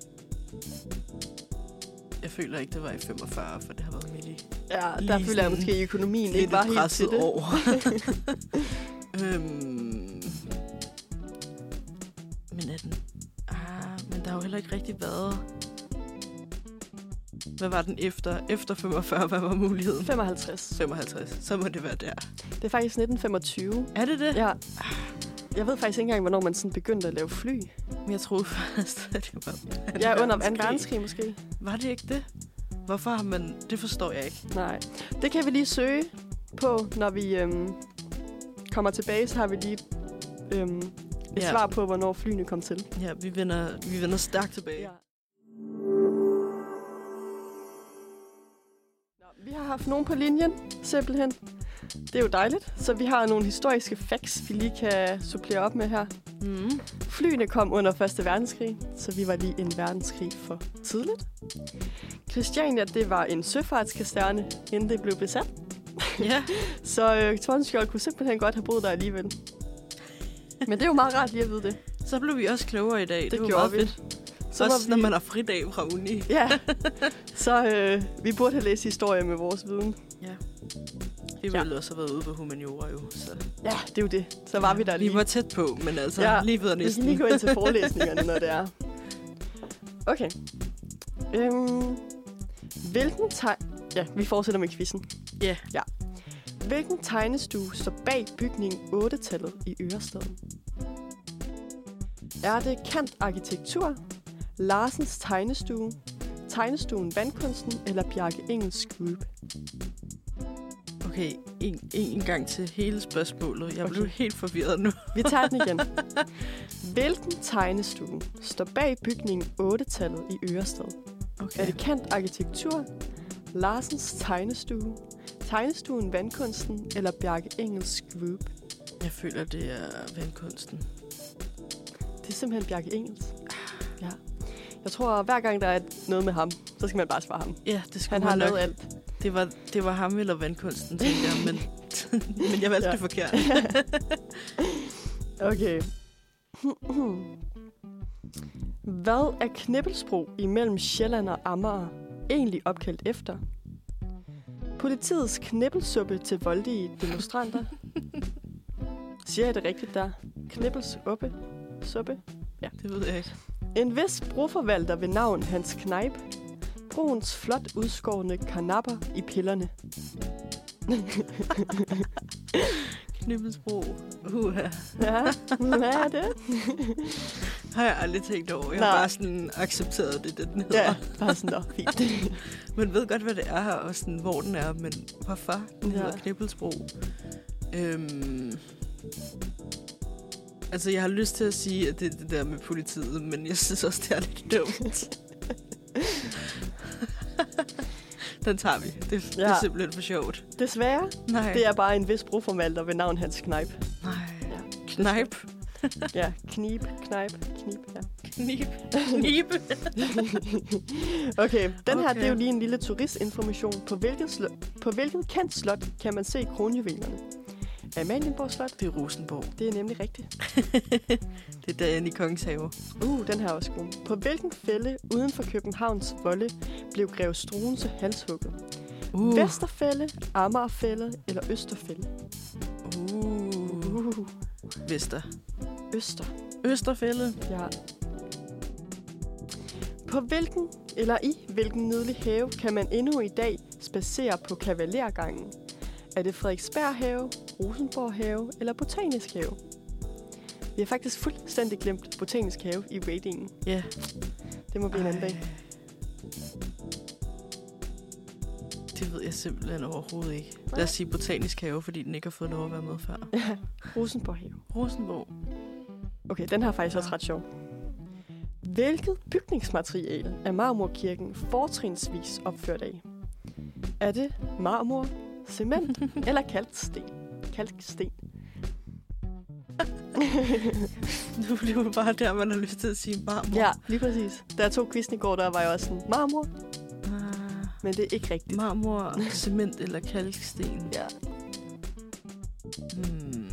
B: Jeg føler ikke, det var i femogfyrre, for det har været midt i.
A: Ja, der føler jeg måske, at økonomien ikke var helt til det.
B: År. øhm, men er den... Ah, men der har jo heller ikke rigtig været... Hvad var den efter? Efter femogfyrre, hvad var muligheden?
A: femoghalvtreds.
B: femoghalvtreds. Så må det være der.
A: Det er faktisk nitten femogtyve.
B: Er det det?
A: Ja. Jeg ved faktisk ikke engang, hvornår man sådan begyndte at lave fly.
B: Men jeg troede først, at det var...
A: Ja, under anden verdenskrig måske.
B: Var det ikke det? Hvorfor har man... Det forstår jeg ikke.
A: Nej. Det kan vi lige søge på, når vi øhm, kommer tilbage, så har vi lige øhm, et ja. svar på, hvornår flyene kom til.
B: Ja, vi vender, vi vender stærkt tilbage. Ja.
A: Vi har haft nogen på linjen, simpelthen. Det er jo dejligt. Så vi har nogle historiske facts, vi lige kan supplere op med her.
B: Mm.
A: Flyene kom under første verdenskrig, så vi var lige en verdenskrig for tidligt. Christiania, det var en søfartskasterne, inden det blev besat.
B: Ja.
A: Så øh, Tordenskjold kunne simpelthen godt have boet der alligevel. Men det er jo meget rart lige at vide det.
B: Så blev vi også klogere i dag. Det,
A: det
B: var
A: gjorde
B: meget
A: vi.
B: Fedt. Så også vi... når man har fridag fra uni.
A: Ja, så øh, vi burde have læst historie med vores viden.
B: Ja. Vi ville ja. også have været ude på humaniora jo. Så.
A: Ja, det er jo det. Så var ja, vi der lige.
B: Vi var tæt på, men altså ja, lige ved næsten.
A: Vi kan lige gå ind til forelæsningerne, når det er. Okay. Øhm, hvilken teg... Ja, vi fortsætter med quizzen.
B: Yeah.
A: Ja. Hvilken tegnestue står bag bygningen otte-tallet i Ørestaden? Er det Kant Arkitektur, Larsens Tegnestue, Tegnestuen Vandkunsten eller Bjarke Engels Group?
B: Okay, en, en gang til hele spørgsmålet. Jeg
A: okay.
B: blev helt forvirret nu.
A: Vi tager den igen. Hvilken tegnestue står bag bygningen otte-tallet i Ørestad? Okay. Er det Kant Arkitektur, Larsens Tegnestue, Tegnestuen Vandkunsten eller Bjarke Engels Group?
B: Jeg føler, det er Vandkunsten.
A: Det er simpelthen Bjarke Engels. Ja. Jeg tror, hver gang der er noget med ham, så skal man bare svare ham.
B: Ja, det skulle
A: Han har
B: nok.
A: lavet alt.
B: Det var, det var ham eller Vandkunsten, tænkte jeg, men, men jeg valgte ja. det forkert.
A: Okay. Hvad er Knibbelsbro imellem Sjælland og Amager? egentlig opkaldt efter? Politiets knibbelsuppe til voldelige demonstranter. Siger jeg det rigtigt der? Knibbelsuppe? Suppe? Ja.
B: Det ved jeg ikke.
A: En vis broforvalter ved navn Hans Kneip. Bruns flot udskårne karnapper i pillerne.
B: Knibbelsbro. Uha.
A: Ja, hvad er det?
B: Har jeg aldrig tænkt over. Jeg
A: Nej.
B: har bare sådan accepteret det, det den hedder.
A: Ja, bare sådan, der fint.
B: Man ved godt, hvad det er, og sådan, hvor den er, men hvorfor? Den
A: Ja.
B: hedder Knibbelsbro. Øhm, altså, jeg har lyst til at sige, at det er det der med politiet, men jeg synes også, det er lidt dumt. Den tager vi. Det, ja. det er
A: Ja.
B: simpelthen for sjovt.
A: Desværre,
B: Nej.
A: det er bare en vis broforvalter ved navn Hans Kneip.
B: Nej.
A: Ja.
B: Knejp.
A: Ja, knib, knejp, knib, ja.
B: Knib. Knibe.
A: Okay, den her,
B: Okay.
A: det er jo lige en lille turistinformation. På hvilket, slo- på hvilket kendt slot kan man se kronjuvelerne? Amalienborg Slot?
B: Det er Rosenborg.
A: Det er nemlig rigtigt.
B: Det er dagen i Kongens Have.
A: Uh, den her er også god. På hvilken fælde uden for Københavns volde blev Grev Struensee halshugget?
B: Uh.
A: Vesterfælde, Amagerfælde eller Østerfælde?
B: Uh.
A: Uh,
B: Vester.
A: Øster.
B: Østerfælde.
A: Ja. På hvilken, eller i hvilken nydelig have kan man endnu i dag spacere på Kavalergangen? Er det Frederiksberg Have, Rosenborg Have eller Botanisk Have? Vi har faktisk fuldstændig glemt Botanisk Have i ratingen.
B: Ja.
A: Det må blive en anden
B: Ej.
A: dag.
B: Det ved jeg simpelthen overhovedet ikke. Lad os sige Botanisk Have, fordi den ikke har fået lov at være med før.
A: Ja, Rosenborg Have.
B: Rosenborg.
A: Okay, den her er faktisk
B: Ja.
A: også ret sjov. Hvilket bygningsmateriale er Marmorkirken fortrinsvis opført af? Er det marmor, cement eller kalksten? Kalksten.
B: Nu bliver det bare der, man har lyst til at sige marmor.
A: Ja, lige præcis. Da jeg tog quizzen i går, der var jeg også sådan, marmor,
B: Ah,
A: men det er ikke rigtigt.
B: marmor, cement eller kalksten.
A: Ja.
B: Hmm.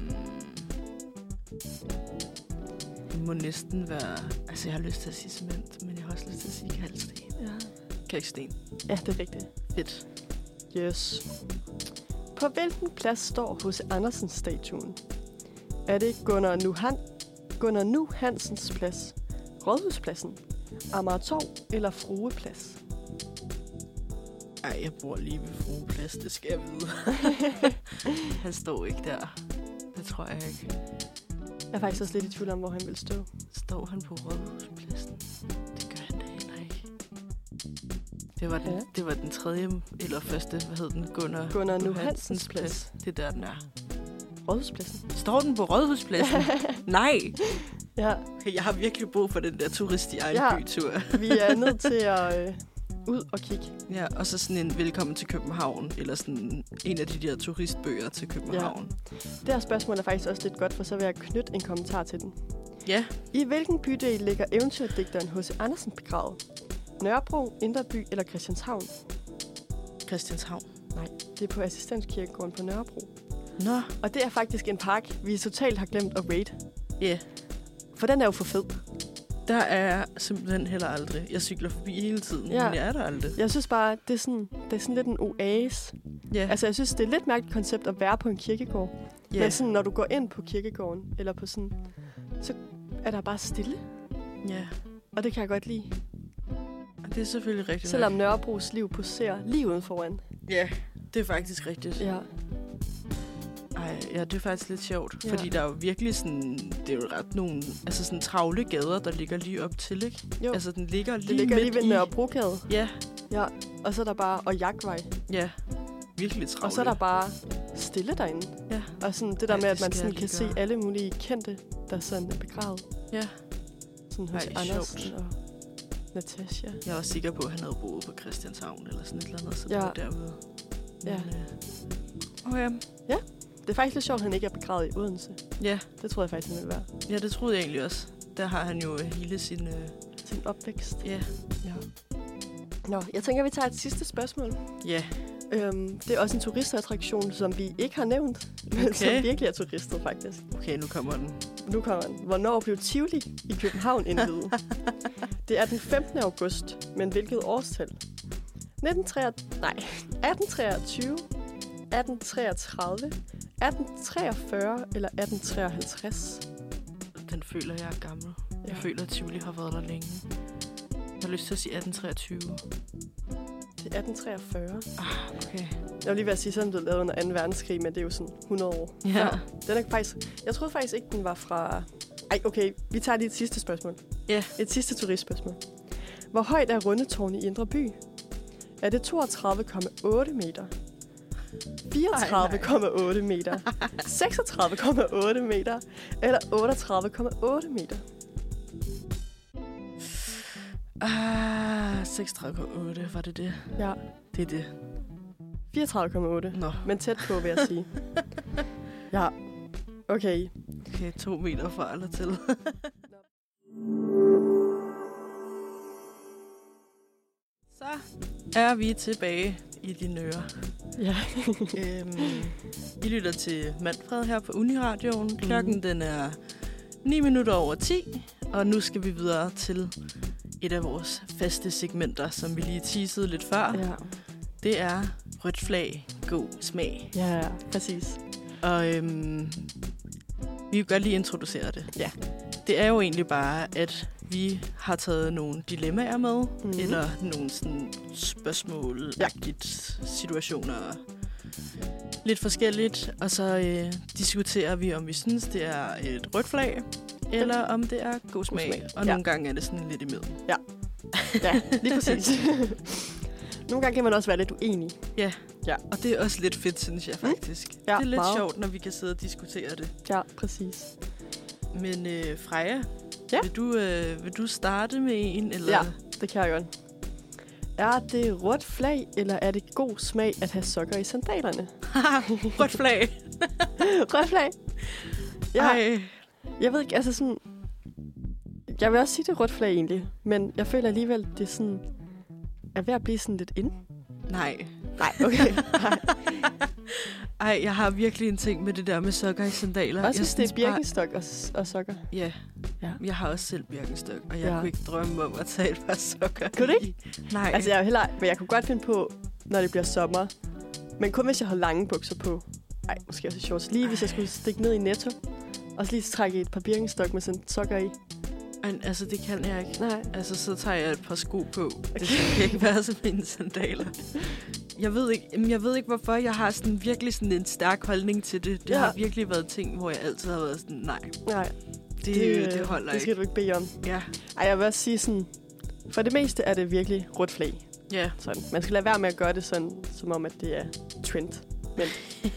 B: Det må næsten være... Altså, jeg har lyst til at sige cement, men jeg har også lyst til at sige kalksten.
A: Ja.
B: Kalksten.
A: ja, det er rigtigt.
B: Fedt.
A: Yes. På hvilken plads står H C Andersen-statuen? Er det Gunnar Nu, Han- Gunnar Nu Hansens plads, Rådhuspladsen, Amagertorv eller Frueplads?
B: Ej, jeg bor lige ved Frueplads, det skal jeg vide. Han står ikke der. Det tror jeg ikke.
A: Jeg er faktisk også lidt i tvivl om, hvor han vil stå.
B: Står han på Rådhuspladsen? Det gør han da heller ikke. Det var den,
A: Ja.
B: det var den tredje, eller første, hvad hed den? Gunnar,
A: Gunnar Nu
B: Nu
A: Hansens plads.
B: Det er der, den er.
A: Rådhuspladsen.
B: Står den på Rådhuspladsen? Nej!
A: Ja,
B: Okay, jeg har virkelig brug for den der turist i egen
A: Ja.
B: bytur.
A: vi er nødt til at øh, ud og kigge.
B: Ja, og så sådan en velkommen til København, eller sådan en af de der turistbøger til København.
A: Det her spørgsmål er faktisk også lidt godt, for så vil jeg knytte en kommentar til den.
B: Ja.
A: I hvilken bydel ligger eventyrdigteren H C Andersen begravet? Nørrebro, Indre By eller Christianshavn?
B: Christianshavn.
A: Nej, det er på Assistenskirkegården på Nørrebro.
B: Nå.
A: Og det er faktisk en park, vi totalt har glemt at rate.
B: Ja. Yeah.
A: For den er jo for fed.
B: Der er jeg simpelthen heller aldrig. Jeg cykler forbi hele tiden,
A: Ja.
B: men jeg er der aldrig.
A: Jeg synes bare, det er sådan, det er sådan lidt en oase.
B: Ja.
A: Altså, jeg synes, det er et lidt mærkeligt koncept at være på en kirkegård.
B: Ja.
A: Men sådan, når du går ind på kirkegården, eller på sådan, så er der bare stille.
B: Ja.
A: Og det kan jeg godt lide.
B: Det er selvfølgelig rigtigt.
A: Selvom Nørrebros liv poserer lige uden foran.
B: Ja, det er faktisk rigtigt.
A: Ja.
B: Ej, ja, det er faktisk lidt sjovt.
A: Ja.
B: Fordi der er jo virkelig sådan... Det er jo ret nogle... Altså sådan travle gader, der ligger lige op til, ikke?
A: Jo,
B: Altså, den ligger lige
A: det ligger
B: midt
A: lige ved
B: i...
A: Nørrebrogade.
B: Ja,
A: Ja, og så er der bare, og Jagtvej.
B: ja. Virkelig travle.
A: Og så er der bare stille derinde.
B: Ja.
A: Og sådan det der
B: Ej,
A: med, at
B: det
A: man
B: skal
A: sådan
B: jeg
A: kan
B: lige
A: se
B: gøre.
A: alle mulige kendte, der sådan er begravet.
B: Ja.
A: Sådan hos
B: Ej,
A: Andersen
B: sjovt.
A: og Natasha.
B: Jeg er også sikker på, at han havde boet på Christianshavn eller sådan et eller andet, så
A: Ja.
B: det var derude.
A: Ja.
B: Men, øh... Okay.
A: Det er faktisk lidt sjovt, at han ikke er begravet i Odense.
B: Ja.
A: Det tror jeg faktisk, han ville være.
B: ja, det troede jeg egentlig også. Der har han jo hele sin... Øh...
A: Sin opvækst.
B: Ja.
A: Ja. Nå, jeg tænker, vi tager et sidste spørgsmål.
B: Ja.
A: Øhm, det er også en turistattraktion, som vi ikke har nævnt, men
B: Okay.
A: som virkelig er turistet, faktisk.
B: Okay, nu kommer den.
A: Nu kommer den. Hvornår blev Tivoli i København indviet? Det er den femtende august, men hvilket årstal? nitten treogtyve, nej, atten treogtyve, atten treogtredive, atten treogfyrre eller atten treoghalvtreds?
B: Den føler, jeg er gammel. Jeg
A: Ja.
B: føler, at Tivoli har været der længe. Jeg har lyst til at sige atten treogtyve.
A: Det er atten treogfyrre.
B: Ah, okay.
A: Jeg vil lige ved at sige, sådan blev lavet under anden verdenskrig, men det er jo sådan hundrede år.
B: Ja.
A: før. Den er faktisk, jeg troede faktisk ikke, den var fra... Ej, okay, vi tager lige et sidste spørgsmål.
B: Ja.
A: Et sidste turistspørgsmål. Hvor højt er Rundetårn i Indre By? Er det toogtredive komma otte meter? fireogtredive komma otte meter? seksogtredive komma otte meter? Eller otteogtredive komma otte meter?
B: Ah, seksogtredive komma otte, var det det?
A: Ja,
B: Det er det.
A: fireogtredive komma otte.
B: Nå,
A: Men tæt på, vil jeg sige. Ja, okay.
B: okay, to meter fra eller til. Så er vi tilbage i dine ører.
A: Ja.
B: øhm, I lytter til Manfred her på Uniradioen. Klokken den er ni minutter over ti, og nu skal vi videre til et af vores faste segmenter, som vi lige teasede lidt før.
A: Ja,
B: Det er rødt flag, god smag.
A: ja, præcis.
B: Og øhm, vi vil godt lige introducere det.
A: Ja.
B: Det er jo egentlig bare, at vi har taget nogle dilemmaer med,
A: Mhm.
B: eller nogle sådan spørgsmål-agtigt situationer. Lidt forskelligt, og så øh, diskuterer vi, om vi synes, det er et rødt flag, eller om det er god smag.
A: smag.
B: Og
A: Ja.
B: nogle gange er det sådan lidt imellem.
A: Ja, lige præcis. Nogle gange kan man også være lidt uenig.
B: Og det er også lidt fedt, synes jeg faktisk.
A: Ja,
B: det er lidt
A: meget.
B: sjovt, når vi kan sidde og diskutere det.
A: Ja, præcis.
B: Men øh, Freja,
A: Ja?
B: vil, du, øh, vil du starte med en? Eller?
A: Ja. Det kan jeg godt. Er det rødt flag, eller er det god smag at have sokker i sandalerne?
B: Rødt flag.
A: Rødt flag? Ja,
B: Ej.
A: jeg ved ikke, altså sådan... Jeg vil også sige, det er rødt flag egentlig, men jeg føler alligevel, det er sådan... Er ved at blive sådan lidt ind.
B: Nej.
A: Nej, okay. Nej.
B: Ej, jeg har virkelig en ting med det der med sokker i sandaler.
A: Også hvis
B: jeg
A: det er birkestok og, og sokker.
B: Ja.
A: Ja.
B: Jeg har også selv birkenstok, og jeg
A: Ja.
B: kunne ikke drømme om at tage et par sokker.
A: Kunne du
B: i. Nej.
A: Altså, jeg, er heller, men jeg kunne godt finde på, når det bliver sommer. Men kun hvis jeg har lange bukser på. Ej, måske også shorts. Lige hvis jeg skulle stikke ned i Netto. Og så lige trække et par birkenstok med sådan sokker i.
B: Ej, altså, det kan jeg ikke.
A: Nej.
B: Altså, så tager jeg et par sko på. Det skal ikke være som mine sandaler. Jeg ved ikke, jamen, jeg ved ikke, hvorfor jeg har sådan virkelig sådan en stærk holdning til det. Det
A: Ja.
B: har virkelig været ting, hvor jeg altid har været sådan, nej,
A: Nej,
B: det, det, det holder
A: det skal
B: ikke.
A: du ikke bede om.
B: Ja,
A: Ej, jeg vil også sige sådan... For det meste er det virkelig rødt flag.
B: ja.
A: Sådan. Man skal lade være med at gøre det sådan, som om, at det er trend. Men,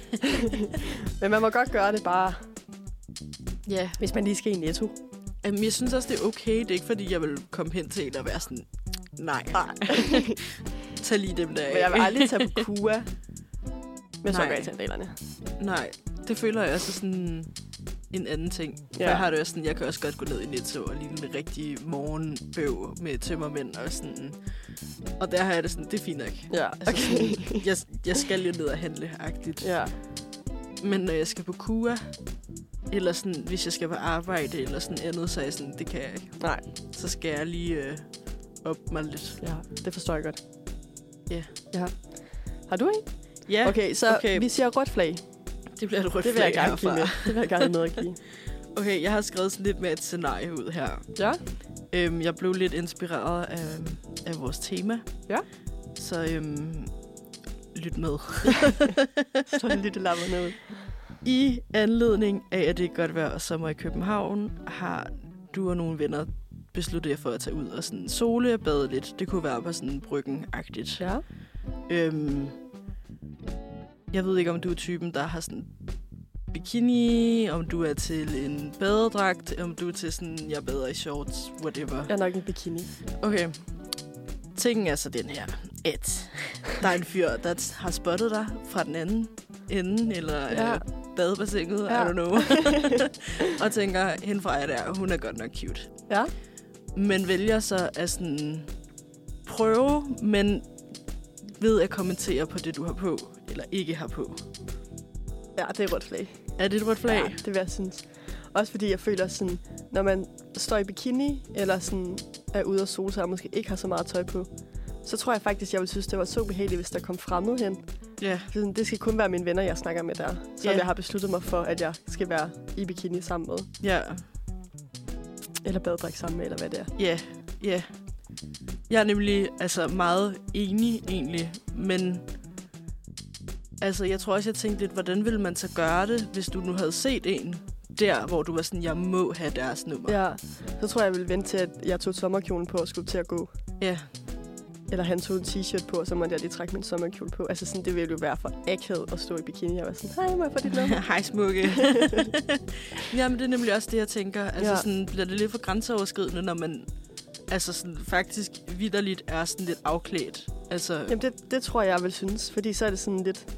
A: men man må godt gøre det bare,
B: Ja.
A: hvis man lige skal i Netto.
B: Jamen, jeg synes også, det er okay. Det er ikke, fordi jeg vil komme hen til en og være sådan, nej,
A: Nej.
B: tag lige dem der af.
A: Men jeg vil aldrig tage på Kua med sokker
B: Nej.
A: i sandalerne.
B: Nej, det føler jeg også er sådan en anden ting. For
A: Ja.
B: jeg har det også sådan, jeg kan også godt gå ned i Netto og ligne en rigtig morgenbøv med tømmermænd og sådan. Og der har jeg det sådan, det er fint nok.
A: Ja,
B: Altså
A: okay.
B: sådan, jeg, jeg skal jo ned og handle-agtigt.
A: Ja.
B: Men når jeg skal på Kua, eller sådan, hvis jeg skal på arbejde eller sådan andet, så er jeg sådan, det kan jeg ikke.
A: Nej.
B: Så skal jeg lige øh, op mig lidt.
A: Ja, det forstår jeg godt.
B: Ja.
A: Ja. Har du en?
B: Ja,
A: Okay, så
B: okay.
A: vi siger rødt flag.
B: det bliver et rødt
A: Det vil jeg
B: flag
A: gerne give
B: herfra.
A: med. Det vil jeg gerne med at give.
B: Okay, jeg har skrevet sådan lidt med et scenarie ud her.
A: Ja.
B: Øhm, jeg blev lidt inspireret af, af vores tema.
A: Ja.
B: Så øhm, lyt med.
A: Så er det lidt lapperne ud.
B: I anledning af, at det er godt vejr og sommer i København, har du og nogle venner besluttet jer for at tage ud og sådan sole og bade lidt. Det kunne være på sådan bryggen-agtigt.
A: Ja.
B: Øhm, jeg ved ikke, om du er typen, der har sådan bikini, om du er til en badedragt, om du er til sådan, jeg bader i shorts, whatever.
A: Jeg er nok en bikini.
B: Okay. Tingen er så den her, at der er en fyr, der har spottet dig fra den anden ende, eller
A: Ja.
B: ja. badebassinet,
A: Ja.
B: I don't know. Og tænker, hende fra jer der, hun er godt nok cute.
A: Ja.
B: Men vælger så at sådan prøve, men ved at kommentere på det, du har på, eller ikke har på.
A: Ja, det er rødt flag.
B: Er det et rødt flag?
A: Ja, det vil jeg synes. Også fordi jeg føler sådan, når man står i bikini, eller sådan er ude og sole sig og måske ikke har så meget tøj på, så tror jeg faktisk, jeg ville synes, det var så behageligt, hvis der kom fremmed hen.
B: Ja.
A: Sådan, det skal kun være mine venner, jeg snakker med der. Så
B: Ja.
A: jeg har besluttet mig for, at jeg skal være i bikini sammen med.
B: Ja.
A: Eller badedrik sammen med, eller hvad det er.
B: Ja. Ja. Jeg er nemlig altså meget enig egentlig, men altså jeg tror også, jeg tænkte lidt, hvordan ville man så gøre det, hvis du nu havde set en der, hvor du var sådan, jeg må have deres nummer.
A: Ja, så tror jeg, jeg ville vente til, at jeg tog sommerkjolen på og skulle til at gå.
B: Ja.
A: Eller han tog en t-shirt på, og så måtte jeg lige trække min sommerkjole på. Altså sådan, det ville jo være for akavet at stå i bikini. Jeg var sådan, hej, må jeg få dit nummer?
B: Hej, smukke. Jamen, det er nemlig også det, jeg tænker. Altså,
A: Ja.
B: sådan, bliver det lidt for grænseoverskridende, når man altså sådan, faktisk vitterligt er sådan lidt afklædt. Altså,
A: Jamen, det, det tror jeg, jeg vil synes. Fordi så er det sådan lidt...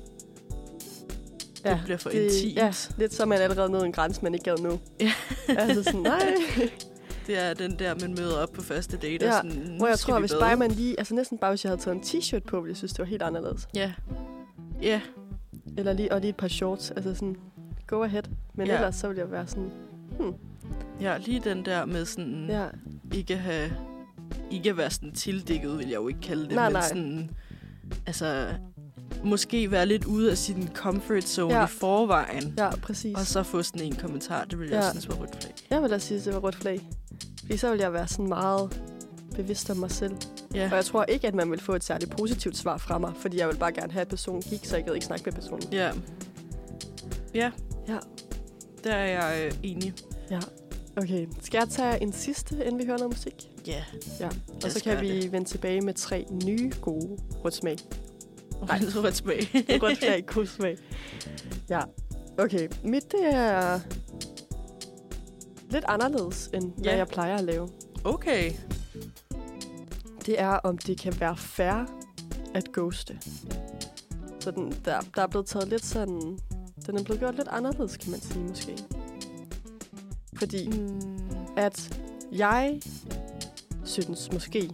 B: det bliver for intimt.
A: Ja, lidt så er man allerede nået en grænse, man ikke gad nu.
B: Ja.
A: Altså sådan, nej.
B: Det er den der, man møder op på første date.
A: Ja,
B: og sådan, nu
A: Hvor jeg
B: skal
A: tror,
B: vi
A: hvis
B: bade.
A: bare man lige... Altså næsten bare, hvis jeg havde taget en t-shirt på, ville jeg synes, det var helt anderledes.
B: Ja. Ja.
A: Eller lige, og lige et par shorts. Altså sådan, go ahead. Men
B: Ja.
A: ja. ellers så ville jeg være sådan... Hmm,
B: Ja, lige den der med sådan...
A: ja.
B: Ikke have... Ikke at være sådan tildækket, vil jeg jo ikke kalde det.
A: Nej,
B: men
A: nej.
B: sådan... Altså... Måske være lidt ude af sin comfort zone
A: Ja.
B: i forvejen.
A: Ja, præcis.
B: Og så få sådan en kommentar. Det ville jeg
A: Ja.
B: synes var rødt flag.
A: Jeg vil da sige, at det var rødt flag. Fordi så vil jeg være sådan meget bevidst om mig selv.
B: Ja.
A: Og jeg tror ikke, at man vil få et særligt positivt svar fra mig, fordi jeg vil bare gerne have, at personen gik, så jeg gad ikke snakke med personen.
B: Ja. Ja.
A: Ja.
B: Der er jeg øh, enig.
A: Ja. Okay, skal jeg tage en sidste, inden vi hører noget musik?
B: Ja.
A: Ja. Og
B: Jeg
A: så
B: skal
A: kan vi
B: det.
A: vende tilbage med tre nye gode rødt smag.
B: Nej, så rødt smag.
A: Rødt flag, god smag. Ja. Okay, mit det er lidt anderledes, end
B: Ja.
A: hvad jeg plejer at lave.
B: Okay.
A: Det er, om det kan være fair at ghoste. Så den, der, der er blevet taget lidt sådan... Den er blevet gjort lidt anderledes, kan man sige, måske. Fordi
B: Mm.
A: at jeg synes måske,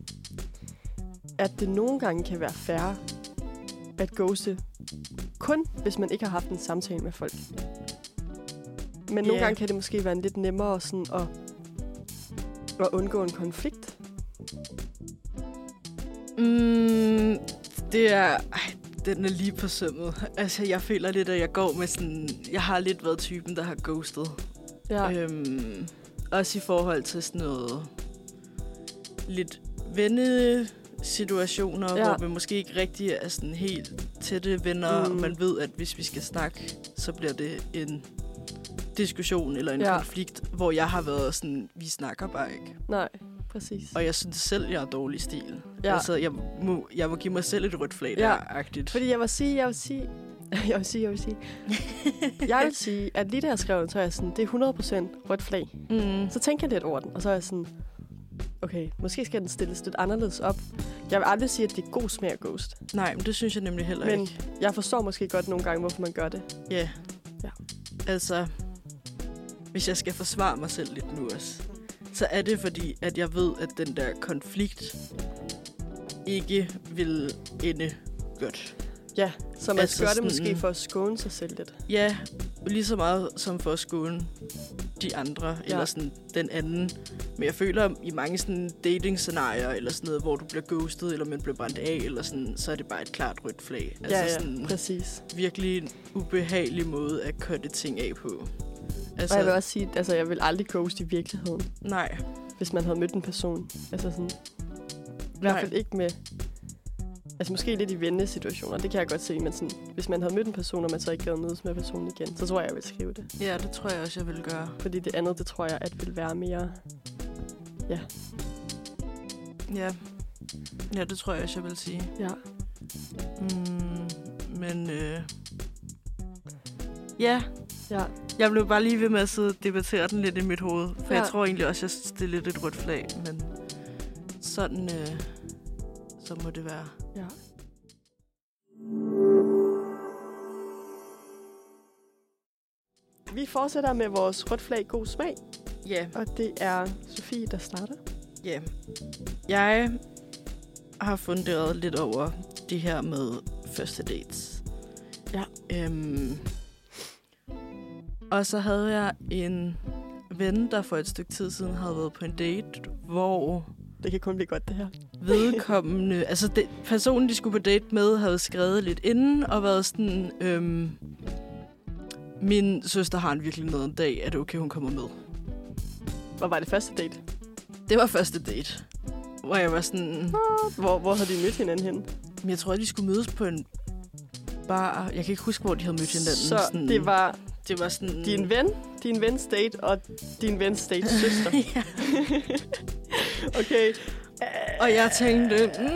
A: at det nogle gange kan være fair at ghoste, kun hvis man ikke har haft en samtale med folk. Men nogle
B: Ja.
A: gange kan det måske være lidt nemmere sådan at, at undgå en konflikt.
B: Mm, det er... Ej, den er lige på sømmet. Altså, jeg føler lidt, at jeg går med sådan... Jeg har lidt været typen, der har ghostet.
A: Ja,
B: Øhm, også i forhold til sådan noget... Lidt vennesituationer,
A: Ja.
B: hvor vi måske ikke rigtig er sådan helt tætte venner,
A: Mm.
B: og man ved, at hvis vi skal snakke, så bliver det en diskussion eller en
A: Ja.
B: konflikt, hvor jeg har været sådan, vi snakker bare ikke.
A: nej, præcis.
B: Og jeg synes selv, jeg er dårlig stil.
A: Ja.
B: Altså, jeg må, jeg må give mig selv et rødt flag
A: Ja.
B: der-agtigt.
A: Fordi jeg vil sige, jeg vil sige, jeg vil sige, jeg vil sige, jeg vil sige, at lige da jeg skrev den, så er jeg sådan, det er hundrede procent rødt flag.
B: Mm.
A: Så tænker jeg lidt over den, og så er jeg sådan, okay, måske skal den stilles lidt anderledes op. Jeg vil aldrig sige, at det er god smag af ghost.
B: Nej, men det synes jeg nemlig heller
A: Men
B: ikke.
A: jeg forstår måske godt nogle gange, hvorfor man gør det.
B: Ja.
A: Ja.
B: Altså, hvis jeg skal forsvare mig selv lidt nu også, så er det fordi, at jeg ved, at den der konflikt ikke vil ende godt.
A: Ja, så man
B: Altså
A: gør det
B: sådan-
A: måske for at skåne sig selv lidt.
B: Ja, lige så meget som for at skåne de andre, ja. eller sådan den anden. Men jeg føler, i mange sådan dating-scenarier, eller sådan noget, hvor du bliver ghostet, eller man bliver brændt af, eller sådan, så er det bare et klart rødt flag. Altså
A: Ja, ja,
B: sådan
A: præcis.
B: virkelig en ubehagelig måde at cutte ting af på. Altså,
A: Og jeg vil også sige, altså jeg vil aldrig ghost i virkeligheden,
B: nej.
A: hvis man havde mødt en person. Altså sådan, i hvert fald ikke med... Altså måske lidt i vennesituationer, det kan jeg godt se, men sådan, hvis man havde mødt en person, og man så ikke gad mødes med personen igen, så tror jeg, jeg vil skrive det.
B: Ja, det tror jeg også, jeg vil gøre.
A: Fordi det andet, det tror jeg, at vil være mere... Ja,
B: Ja. Ja, det tror jeg også, jeg vil sige.
A: ja.
B: Mm, men øh, ja,
A: Ja,
B: jeg blev bare lige ved med at sidde og debattere den lidt i mit hoved. For
A: Ja.
B: jeg tror egentlig også, jeg synes, det er lidt et rødt flag. Men sådan, øh, så må det være.
A: ja. Vi fortsætter med vores rødt flag god smag,
B: Ja,
A: og det er Sofie, der starter.
B: ja. Jeg har funderet lidt over det her med første dates.
A: Ja.
B: Øhm, og så havde jeg en ven, der for et stykke tid siden havde været på en date, hvor
A: Det kan kun blive godt, det her.
B: Vedkommende, altså det, personen, de skulle på date med, havde skrevet lidt inden, og været sådan, øhm, min søster har en virkelig noget en dag, er det okay, hun kommer med?
A: Hvor var det første date?
B: Det var første date, hvor jeg var sådan...
A: Hvor, hvor havde de mødt hinanden henne?
B: Jeg tror, de skulle mødes på en bar. Jeg kan ikke huske, hvor de havde mødt hinanden.
A: Så
B: sådan,
A: det var,
B: det var sådan...
A: din ven, din vens date og din vens dates søster.
B: Ja.
A: Okay.
B: Og jeg tænkte, mm,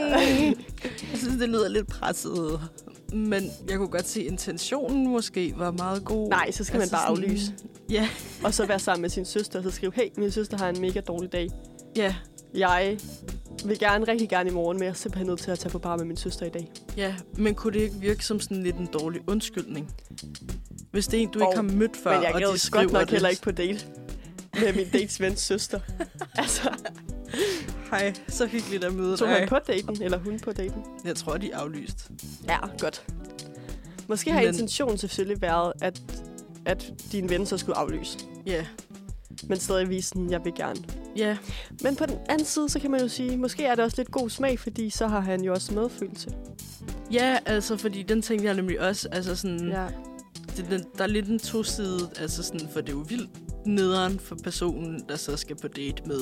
B: jeg synes, det lyder lidt presset. Men jeg kunne godt se, at intentionen måske var meget god.
A: Nej, så skal altså man bare sådan, aflyse.
B: Ja.
A: Og så være sammen med sin søster, og så skrive, hey, min søster har en mega dårlig dag.
B: Ja.
A: Jeg vil gerne, rigtig gerne i morgen, men jeg er simpelthen nødt til at tage på bar med min søster i dag.
B: Ja, men kunne det ikke virke som sådan lidt en dårlig undskyldning? Hvis det er en, du
A: og,
B: ikke har mødt før,
A: men jeg
B: og de skriver
A: godt nok
B: det.
A: heller ikke på date med min dates vens søster. Altså.
B: Hej, så hyggeligt at møde dig.
A: Tog han på daten, eller hun på daten?
B: Jeg tror, de er aflyst.
A: Ja, godt. Måske har
B: men...
A: intentionen selvfølgelig været, at, at din ven så skulle aflyse.
B: Ja.
A: Men stadig vise sådan, jeg vil gerne.
B: Ja.
A: Men på den anden side, så kan man jo sige, måske er det også lidt god smag, fordi så har han jo også medfølelse.
B: Ja, altså, fordi den tænkte jeg nemlig også, altså sådan...
A: Ja.
B: Det, den, der er lidt en toside, altså sådan, for det er jo vildt nederen for personen, der så skal på date med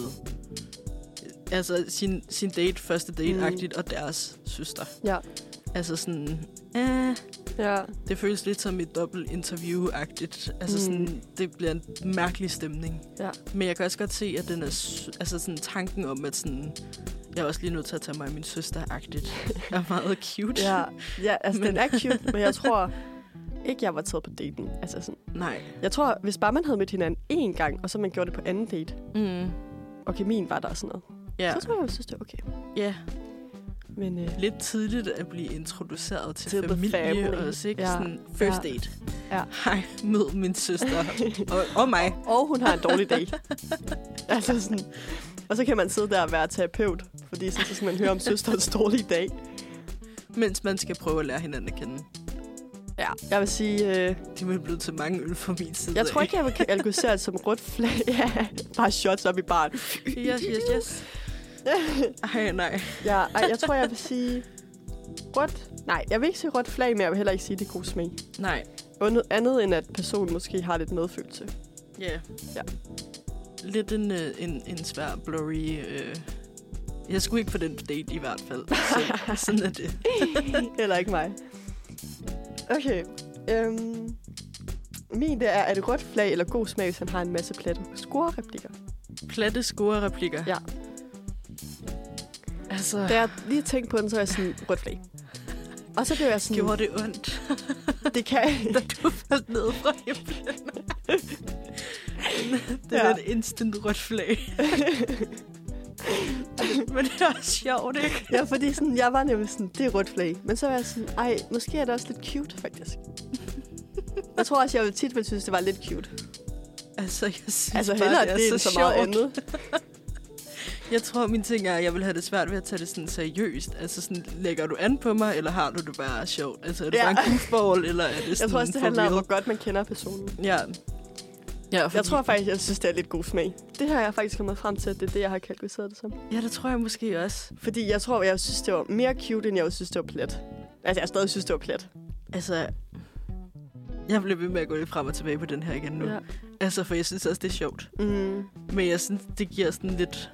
B: altså sin, sin date, første date-agtigt, mm. og deres søster.
A: Ja.
B: Altså sådan, eh,
A: ja.
B: det føles lidt som et dobbelt interview-agtigt. Altså mm. sådan, det bliver en mærkelig stemning.
A: Ja.
B: Men jeg kan også godt se, at den er, altså sådan tanken om, at sådan, jeg er også lige nødt til at tage mig af min søster-agtigt, er meget cute.
A: Ja, ja altså men... den er cute, men jeg tror ikke, jeg var taget på daten. Altså sådan.
B: Nej.
A: Jeg tror, hvis bare man havde mødt hinanden én gang, og så man gjorde det på anden date,
B: mm.
A: og kemien var der og sådan noget, ja. Så tror jeg, jeg synes, det er okay.
B: Ja.
A: Men, øh,
B: lidt tidligt at blive introduceret til, til familie
A: family.
B: Og ikke?
A: Ja.
B: Sådan first
A: ja.
B: date.
A: Ja.
B: Hej, mød min søster og, og mig.
A: Og hun har en dårlig date. altså sådan. Og så kan man sidde der og være terapeut, fordi så, så skal man høre om søsterens dårlige dag.
B: Mens man skal prøve at lære hinanden at kende.
A: Ja, jeg vil sige... Øh,
B: det er blevet til mange øl fra min side.
A: Jeg tror ikke, jeg vil kategorisere det som rødt flag. Ja, bare shots op i baren.
B: Yes, yes, yes. Ej, nej.
A: Ja, ej, jeg tror, jeg vil sige rødt... Nej, jeg vil ikke sige rødt flag, men jeg vil heller ikke sige, det er god smag.
B: Nej.
A: Andet, andet end, at personen måske har lidt medfølelse.
B: Yeah.
A: Ja.
B: Lidt en, en, en svær, blurry... Øh... Jeg skulle ikke på den date i hvert fald. Så, sådan er det.
A: Heller ikke mig. Okay. Øhm, min det er, er det rødt flag eller god smag, hvis han har en masse platte score-replikker?
B: Platte score-replikker?
A: Ja.
B: Altså...
A: Da jeg lige tænkte på den, så er jeg sådan, rødt flag. Og så blev jeg sådan...
B: Gjorde det ondt?
A: Det kan...
B: Da du faldt ned fra himlen. Det er ja. Et instant rødt flag. Men det er også sjovt, ikke?
A: Ja, fordi sådan, jeg var nemlig sådan, det er rødt flag. Men så var jeg sådan, ej, måske er det også lidt cute, faktisk. Jeg tror også, jeg ville tit ville synes, det var lidt cute.
B: Altså, jeg synes
A: altså,
B: bare,
A: det,
B: det er
A: så,
B: så,
A: så meget andet.
B: Jeg tror, min ting er, at jeg vil have det svært ved at tage det sådan seriøst. Altså, sådan, lægger du an på mig, eller har du det bare sjovt? Altså, er det ja. bare en goofball, eller er det sådan...
A: Jeg tror også, det handler om, hvor godt man kender personen.
B: Ja. Ja, fordi...
A: Jeg tror faktisk, jeg synes, det er lidt god smag. Det har jeg faktisk kommet frem til, at det er det, jeg har kategoriseret det som.
B: Ja, det tror jeg måske også.
A: Fordi jeg tror, jeg synes, det var mere cute, end jeg synes, det var plet. Altså, jeg stadig synes, det var plet.
B: Altså, jeg bliver ved med at gå lidt frem og tilbage på den her igen nu. Ja. Altså, for jeg synes også, det er sjovt.
A: Mm.
B: Men jeg synes, det giver sådan lidt...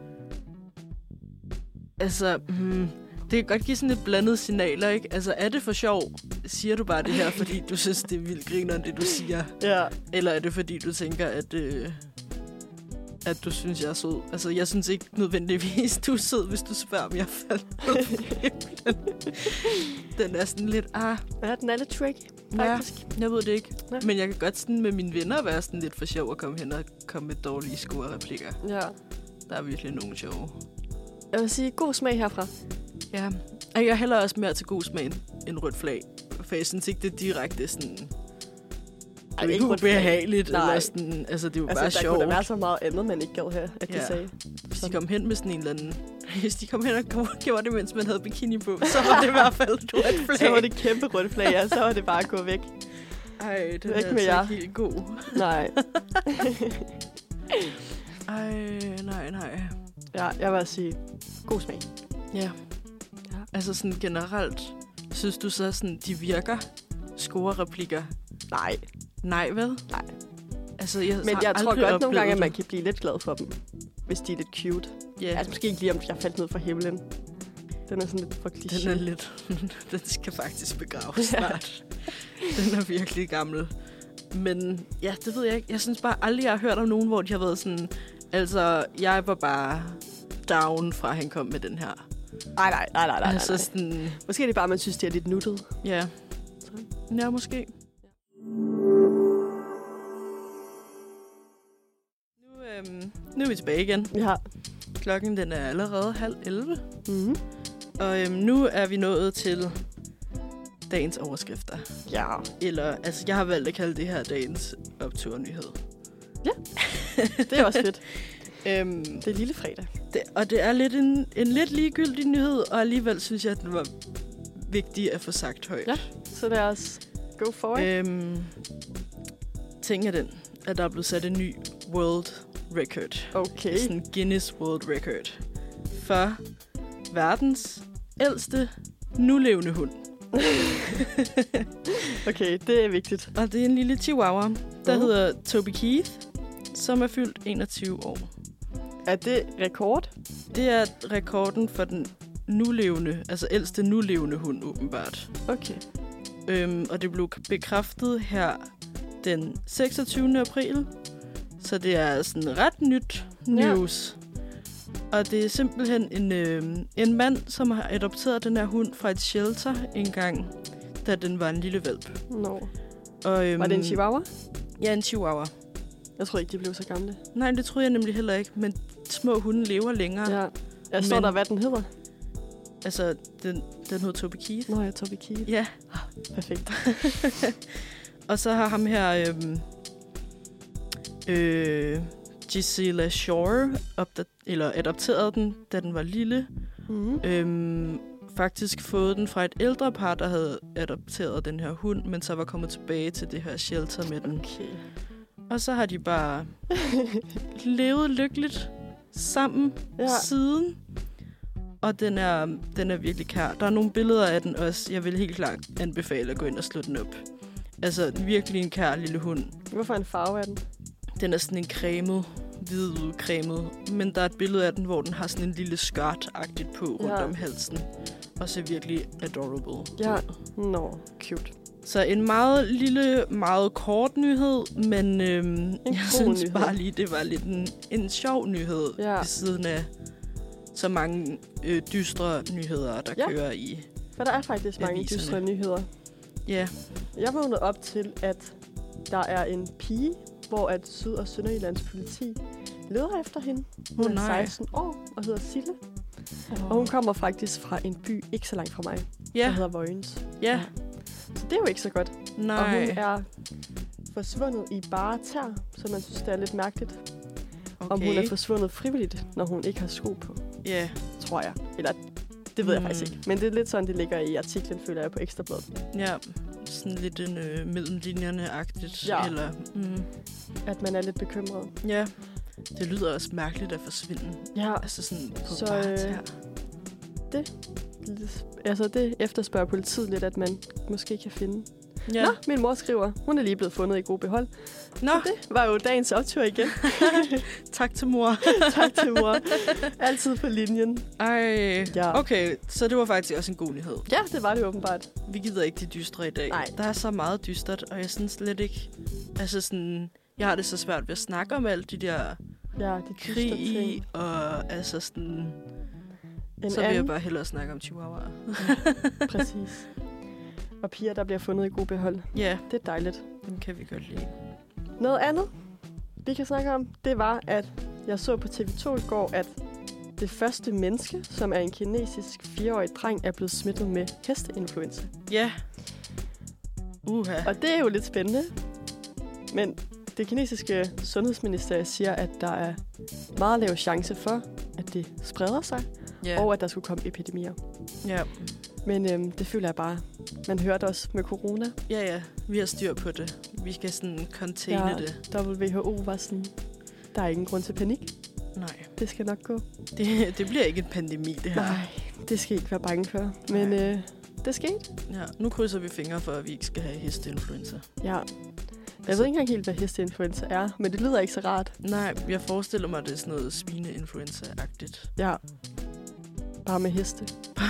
B: Altså, hmm, det kan godt give sådan lidt blandede signaler, ikke? Altså, er det for sjov? Siger du bare det her, fordi du synes, det er vildt griner, det du siger? Ja. Eller er det, fordi du tænker, at, øh, at du synes, jeg er sød? Altså, jeg synes ikke nødvendigvis, du er sød, hvis du spørger, om jeg faldt ned. Den er sådan lidt, ah...
A: Ja, den er lidt tricky, faktisk.
B: Ja, jeg ved det ikke. Ja. Men jeg kan godt sådan med mine venner være sådan lidt for sjov at komme hen og komme med dårlige score-replikker.
A: Ja.
B: Der er virkelig nogle sjove.
A: Jeg vil sige, god smag herfra.
B: Ja, og jeg hælder også mere til god smag end rødt flag. For jeg synes ikke, det er direkte sådan... Det er jo ikke ubehageligt, eller sådan... Altså, det er jo
A: altså,
B: bare
A: der
B: sjovt.
A: Der kunne der være så meget andet, man ikke gad have, at de
B: ja.
A: sagde.
B: Hvis de kom hen med sådan en eller anden... Hvis de kom hen og gjorde det, mens man havde bikini på, så var det i hvert fald et rødt flag.
A: Så var det kæmpe rødt flag, ja. Så var det bare at gå væk.
B: Ej, det er altså ikke helt god.
A: Nej.
B: Ej, nej, nej.
A: Ja, jeg vil sige, god smag.
B: Ja.
A: Ja.
B: Altså sådan generelt, synes du så sådan, de virker? Score-replikker?
A: Nej.
B: Nej, vel?
A: Nej.
B: Altså, jeg
A: Men jeg tror godt nogle gange, at man
B: det.
A: kan blive lidt glad for dem, hvis de er lidt cute.
B: Ja,
A: Altså måske ikke lige, om jeg faldt ned fra himlen. Den er sådan lidt for kliché.
B: den er lidt... den skal faktisk begraves
A: Ja.
B: snart. Den er virkelig gammel. Men ja, det ved jeg ikke. Jeg synes bare aldrig, jeg har hørt om nogen, hvor de har været sådan... Altså, jeg var bare down fra, at han kom med den her.
A: Nej, nej, nej, nej, nej.
B: Altså
A: nej.
B: sådan...
A: Måske er det bare, at man synes, det er lidt nuttet.
B: Ja.
A: Så.
B: Ja, måske. Nu, øhm, nu er vi tilbage igen.
A: Ja.
B: Klokken den er allerede halv elleve.
A: Mm-hmm.
B: Og øhm, nu er vi nået til dagens overskrifter.
A: Ja.
B: Eller, altså, jeg har valgt at kalde det her dagens opturnyhed.
A: Det er også fedt.
B: øhm,
A: Det er lille fredag.
B: det, og det er lidt en, en lidt ligegyldig nyhed, og alligevel synes jeg, at den var vigtig at få sagt højt.
A: Ja. Så lad os go for it.
B: Øhm, ting er den, at der er blevet sat en ny world record.
A: Okay.
B: Sådan en Guinness World Record. For verdens ældste nulevende hund.
A: Okay, det er vigtigt.
B: Og det er en lille chihuahua, der
A: Uh.
B: hedder Toby Keith, som er fyldt enogtyve år.
A: Er det rekord?
B: Det er rekorden for den nulevende, altså ældste nulevende hund, åbenbart.
A: Okay.
B: Øhm, og det blev bekræftet her den seksogtyvende april. Så det er sådan ret nyt news. Ja. Og det er simpelthen en, øh, en mand, som har adopteret den her hund fra et shelter engang, da den var en lille hvalp.
A: No.
B: Og, øhm,
A: Var det en chihuahua?
B: Ja, en chihuahua.
A: Jeg tror ikke, de blev så gamle.
B: Nej, det troede jeg nemlig heller ikke, men små hunde lever længere.
A: Ja. Jeg står
B: Men-
A: der, hvad den hedder.
B: Altså, den, den hedder Toby Keith.
A: Nå, jeg Toby Keith.
B: Ja.
A: Perfekt.
B: Og så har ham her, øhm, øh, Gisela Shore, opdat- eller adopteret den, da den var lille.
A: Mm-hmm.
B: Øhm, faktisk fået den fra et ældre par, der havde adopteret den her hund, men så var kommet tilbage til det her shelter med den.
A: Okay.
B: Og så har de bare levet lykkeligt sammen
A: Ja.
B: ja. siden. Og den er, den er virkelig kær. Der er nogle billeder af den også. Jeg vil helt klart anbefale at gå ind og slå den op. Altså, virkelig en kær lille hund.
A: Hvorfor en farve er den?
B: Den er sådan en cremet, hvid cremet. Men der er et billede af den, hvor den har sådan en lille skørt-agtigt på rundt
A: Ja.
B: om halsen. Og ser virkelig adorable.
A: Ja. Nå, cute.
B: Så en meget lille, meget kort nyhed, men øhm, jeg
A: god
B: synes
A: nyhed.
B: bare lige, det var lidt en, en sjov nyhed
A: Ja.
B: ved siden af så mange øh, dystre nyheder, der
A: Ja.
B: kører i.
A: For der er faktisk mange
B: Aviserne.
A: dystre nyheder.
B: Ja,
A: Jeg vågnede op til, at der er en pige, hvor at Syd- og Sønderjyllands politi leder efter hende. Hun
B: Åh,
A: er
B: nej.
A: seksten år og hedder Sille.
B: oh.
A: Og hun kommer faktisk fra en by ikke så langt fra mig, der
B: ja,
A: hedder Vojens.
B: ja,
A: Så det er jo ikke så godt.
B: nej.
A: Og hun er forsvundet i bare tær, så man synes, det er lidt mærkeligt.
B: okay.
A: Om hun er forsvundet frivilligt, når hun ikke har sko på,
B: Ja,
A: tror jeg. Eller, det ved mm. jeg
B: Mm.
A: faktisk ikke. Men det er lidt sådan, det ligger i artiklen, føler jeg, på Ekstrabladet.
B: ja. Sådan lidt en øh, mellemlinjerne-agtigt.
A: Ja.
B: Eller, mm,
A: At man er lidt bekymret.
B: ja, det lyder også mærkeligt at forsvinde.
A: Ja,
B: Altså sådan på
A: Så,
B: bare
A: øh,
B: tær.
A: altså det efterspørger politiet lidt, at man måske kan finde.
B: Ja.
A: Nå, min mor skriver, hun er lige blevet fundet i god behold.
B: Nå,
A: Så det var jo dagens optur igen.
B: tak til mor.
A: Tak til mor. Altid på linjen.
B: Ej,
A: Ja.
B: okay, så det var faktisk også en god nyhed.
A: Ja, det var det åbenbart.
B: Vi gider ikke de dystre i dag.
A: Nej.
B: Der er så meget dystert, og jeg synes slet ikke... Altså sådan... Jeg har det så svært ved at snakke om alt de der
A: Ja, de dystre
B: krig
A: ting.
B: og altså sådan...
A: En
B: så vil jeg
A: anden,
B: bare hellere snakke om chihuahua.
A: præcis. Og piger, der bliver fundet i god behold.
B: Ja,
A: Det er dejligt.
B: dem kan vi godt lide.
A: Noget andet, vi kan snakke om, det var, at jeg så på T V to i går, at det første menneske, som er en kinesisk fireårig dreng, er blevet smittet med hesteinfluenza.
B: Ja. Uha.
A: Og det er jo lidt spændende. Men det kinesiske sundhedsministerium siger, at der er meget lav chance for, at det spreder sig,
B: Ja.
A: og at der skulle komme epidemier.
B: ja.
A: Men øhm, det føler jeg bare. Man hørte også med corona.
B: Ja, ja. Vi har styr på det. Vi skal sådan containe
A: Ja.
B: det.
A: W H O var sådan, der er ingen grund til panik.
B: Nej.
A: Det skal nok gå.
B: Det, det bliver ikke en pandemi, det her.
A: Nej, det skal I ikke være bange for. Men øh, det skete.
B: Ja, nu krydser vi fingre for, at vi ikke skal have hesteinfluenza.
A: Ja. Jeg ved ikke engang helt, hvad hesteinfluenza er, men det lyder ikke så rart.
B: Nej, jeg forestiller mig, at det er sådan noget svineinfluenza-agtigt.
A: Ja. Bare med heste.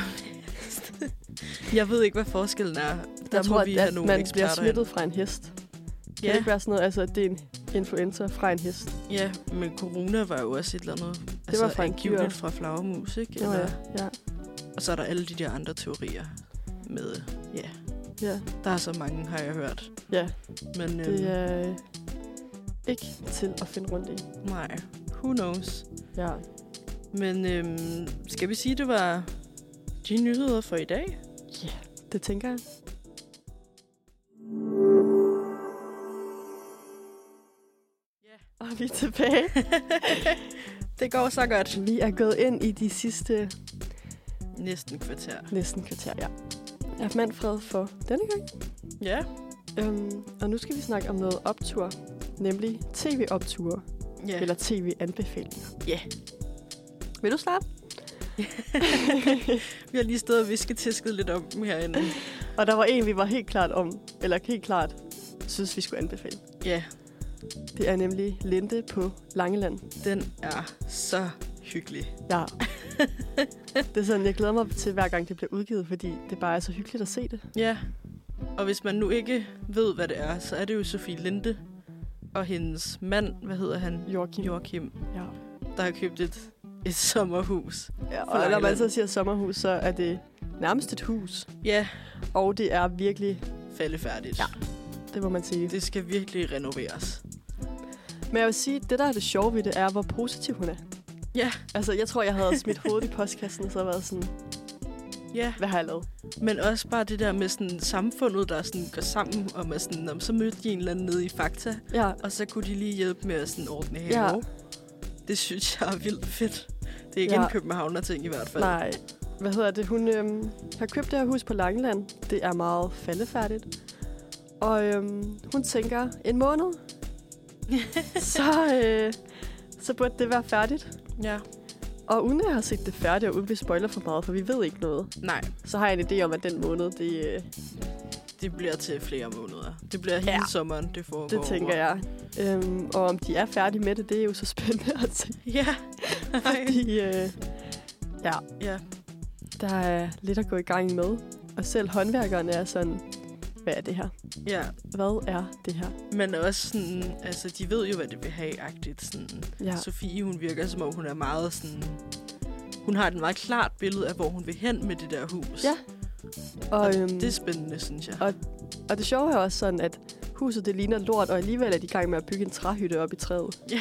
B: Jeg ved ikke, hvad forskellen er. Der
A: Jeg
B: tror,
A: tror,
B: vi
A: at,
B: har
A: at
B: nogle
A: man
B: eksperter
A: bliver smittet
B: ind.
A: fra en hest. Kan
B: Ja.
A: det ikke være sådan noget, altså at det er en influenza fra en hest?
B: Ja, men corona var jo også et eller andet. Det
A: var
B: altså,
A: fra en dyr.
B: angiveligt fra flagermus, ikke?
A: Nå,
B: Eller,
A: ja. ja.
B: Og så er der alle de der andre teorier med, ja,
A: Ja,
B: der er så mange, har jeg hørt.
A: ja.
B: Men øhm,
A: Det er øh, ikke til at finde rundt i.
B: nej, who knows.
A: Ja.
B: Men øhm, skal vi sige, det var de nyheder for i dag?
A: Ja, det tænker jeg. Og vi er tilbage.
B: Det går så godt.
A: Vi er gået ind i de sidste
B: Næsten kvarter.
A: næsten kvarter, ja. Jeg har Manfred for denne gang.
B: Ja.
A: Øhm, og nu skal vi snakke om noget optur, nemlig tv-opture,
B: Ja.
A: eller tv-anbefalinger.
B: Ja.
A: Vil du starte?
B: Vi har lige stået og visketisket lidt om dem herinde.
A: Og der var en, vi var helt klart om, eller helt klart synes, vi skulle anbefale.
B: Ja,
A: Det er nemlig Linde på Langeland.
B: den er så hyggelig.
A: Ja. Det er sådan, jeg glæder mig til, hver gang det bliver udgivet, fordi det bare er så hyggeligt at se det.
B: Ja, og hvis man nu ikke ved, hvad det er, så er det jo Sofie Linde og hendes mand, hvad hedder han?
A: Joachim.
B: Joachim,
A: Ja.
B: der har købt et, et sommerhus.
A: Ja,
B: For
A: og når man
B: Langeland.
A: så siger sommerhus, så er det nærmest et hus.
B: Ja,
A: Og det er virkelig,
B: faldefærdigt.
A: Ja. det må man sige.
B: Det skal virkelig renoveres.
A: Men jeg vil sige, det der er det sjove ved det, er, hvor positiv hun er.
B: Ja,
A: Altså, jeg tror, jeg havde smidt hovedet i postkassen, og så været sådan,
B: ja.
A: hvad har jeg lavet?
B: Men også bare det der med sådan samfundet, der sådan går sammen, og med sådan, om så mødte de en eller anden nede i Fakta,
A: Ja,
B: og så kunne de lige hjælpe med at sådan ordne have.
A: Ja.
B: Det synes jeg er vildt fedt. Det er ikke
A: Ja.
B: en københavner-ting i hvert fald.
A: nej. Hvad hedder det? Hun øhm, har købt det her hus på Langeland. Det er meget faldefærdigt. Og øhm, hun tænker, en måned, så, øh, så burde det være færdigt.
B: Ja.
A: Og uden at jeg har set det færdigt, og uden vi spoiler for meget, for vi ved ikke noget,
B: Nej,
A: så har jeg en idé om, at den måned, det, øh,
B: det bliver til flere måneder. Det bliver hele
A: Ja.
B: sommeren, det foregår
A: det tænker
B: over.
A: jeg. Øhm, og om de er færdige med det, det er jo så spændende at se.
B: Ja.
A: Fordi øh, ja,
B: Ja.
A: der er lidt at gå i gang med. Og selv håndværkerne er sådan, hvad er det her?
B: Ja.
A: Hvad er det her?
B: Men også sådan, altså de ved jo, hvad det vil have-agtigt. Sådan.
A: Ja,
B: Sofie, hun virker som om, hun er meget sådan... Hun har et meget klart billede af, hvor hun vil hen med det der hus.
A: Ja.
B: Og,
A: og,
B: og
A: øhm,
B: det er spændende, synes jeg.
A: og- og det sjove er også sådan, at huset det ligner lort, og alligevel er de i gang med at bygge en træhytte op i træet.
B: Ja.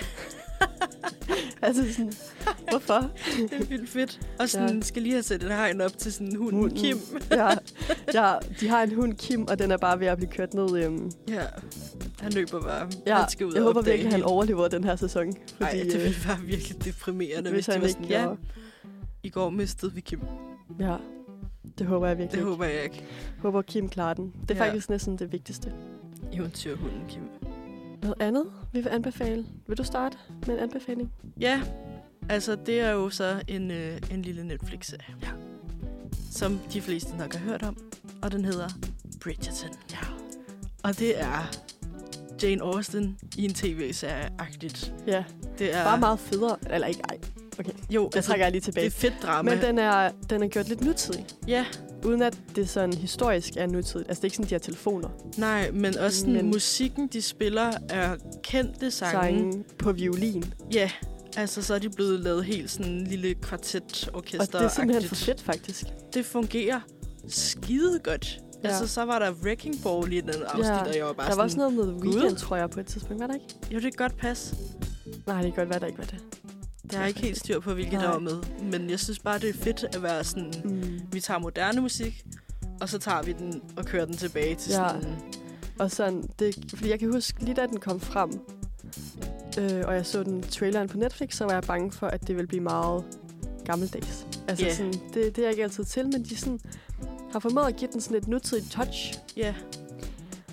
A: altså sådan, hvorfor?
B: Det er vildt fedt. Og sådan,
A: Ja.
B: skal lige have sat et hegn op til sådan hunden
A: Hunden.
B: Kim.
A: ja, ja, de har en hund, Kim, og den er bare ved at blive kørt ned. Øhm,
B: Ja, han løber bare.
A: ja,
B: Han skal ud
A: jeg
B: og
A: håber
B: opdage
A: virkelig, at han
B: hende.
A: overlever den her sæson.
B: Ej, det
A: øh,
B: ville være virkelig deprimerende, hvis,
A: hvis
B: de
A: han
B: var
A: ikke
B: sådan, ja,
A: gjorde.
B: i går mistede vi Kim.
A: Ja, det håber jeg virkelig
B: Det
A: ikke.
B: håber jeg ikke.
A: håber, Kim klarer den. Det er
B: Ja.
A: faktisk næsten det vigtigste.
B: Eventyrhunden Kim.
A: Noget andet, vi vil anbefale. Vil du starte med en anbefaling?
B: Ja, altså det er jo så en, øh, en lille Netflix-serie.
A: Ja.
B: Som de fleste nok har hørt om. Og den hedder Bridgerton.
A: Ja.
B: Og det er Jane Austen i en tv-serie-agtigt.
A: Ja,
B: Det er
A: bare meget federe. Eller ikke, ej. Okay,
B: Jo,
A: det trækker jeg lige
B: det
A: tilbage.
B: er fedt drama.
A: Men den er, den er gjort lidt nutidig.
B: Ja,
A: Uden at det sådan historisk er nutidigt. Altså, det er ikke sådan, de har telefoner.
B: nej, men også sådan,
A: Men-
B: musikken, de spiller, er kendte sange.
A: Sange på violin.
B: Ja, altså så er de blevet lavet helt sådan en lille
A: Og
B: kvartet-orkester.
A: det er simpelthen for fedt, faktisk.
B: Det fungerer skide godt.
A: Ja.
B: Ja. Altså, så var der Wrecking Ball i den afsnit,
A: Ja,
B: og jeg var bare
A: Der
B: sådan...
A: var også noget med
B: Gud.
A: Weekend, tror jeg, på et tidspunkt. Var der ikke?
B: Jo, det kan godt passe.
A: Nej, det kan godt være, der ikke var det.
B: Jeg har ikke helt styr på, hvilket der
A: Nej.
B: var med. Men jeg synes bare, det er fedt at være sådan...
A: Mm.
B: Vi tager moderne musik, og så tager vi den og kører den tilbage til
A: Ja.
B: sådan...
A: Og sådan, det, fordi jeg kan huske, lige da den kom frem, øh, og jeg så den traileren på Netflix, så var jeg bange for, at det ville blive meget gammeldags. Altså
B: Ja.
A: sådan, det, det er jeg ikke altid til, men de sådan, har formået at give den sådan et nutidigt touch.
B: Ja,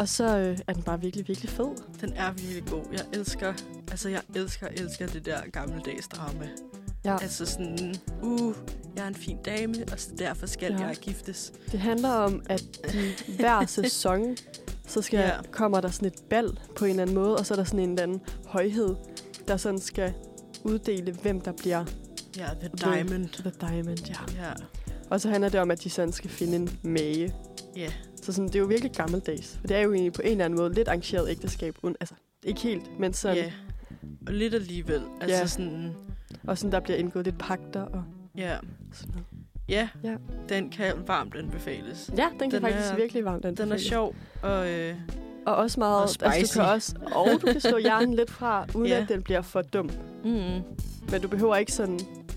A: Og så øh, er den bare virkelig, virkelig fed.
B: Den er virkelig god. Jeg elsker, altså jeg elsker, elsker det der gammeldags drama.
A: Ja.
B: Altså sådan, uh, jeg er en fin dame, og så derfor skal
A: Ja.
B: jeg giftes.
A: Det handler om, at de, hver sæson, så skal,
B: Ja.
A: kommer der sådan et bal på en eller anden måde, og så er der sådan en eller anden højhed, der sådan skal uddele, hvem der bliver
B: Ja, The Diamond.
A: The Diamond, ja.
B: Ja.
A: Og så handler det om, at de sådan skal finde en mage.
B: Ja.
A: Så sådan, det er jo virkelig gammeldags. For det er jo egentlig på en eller anden måde lidt arrangeret ægteskab. Uden, altså, ikke helt, men sådan.
B: Ja. Og lidt alligevel. Altså
A: Ja.
B: sådan,
A: Og sådan, der bliver indgået lidt pagter og
B: ja.
A: sådan noget.
B: Ja,
A: Ja.
B: den kan varmt anbefales.
A: Ja, den kan
B: Den
A: faktisk
B: er-
A: virkelig varmt
B: Den er
A: anbefales.
B: sjov, og øh,
A: Og også meget...
B: Og spicy.
A: Altså, du kan også, og du kan slå hjernen lidt fra, uden
B: Ja.
A: at den bliver for dum.
B: mm,
A: Men du behøver ikke sådan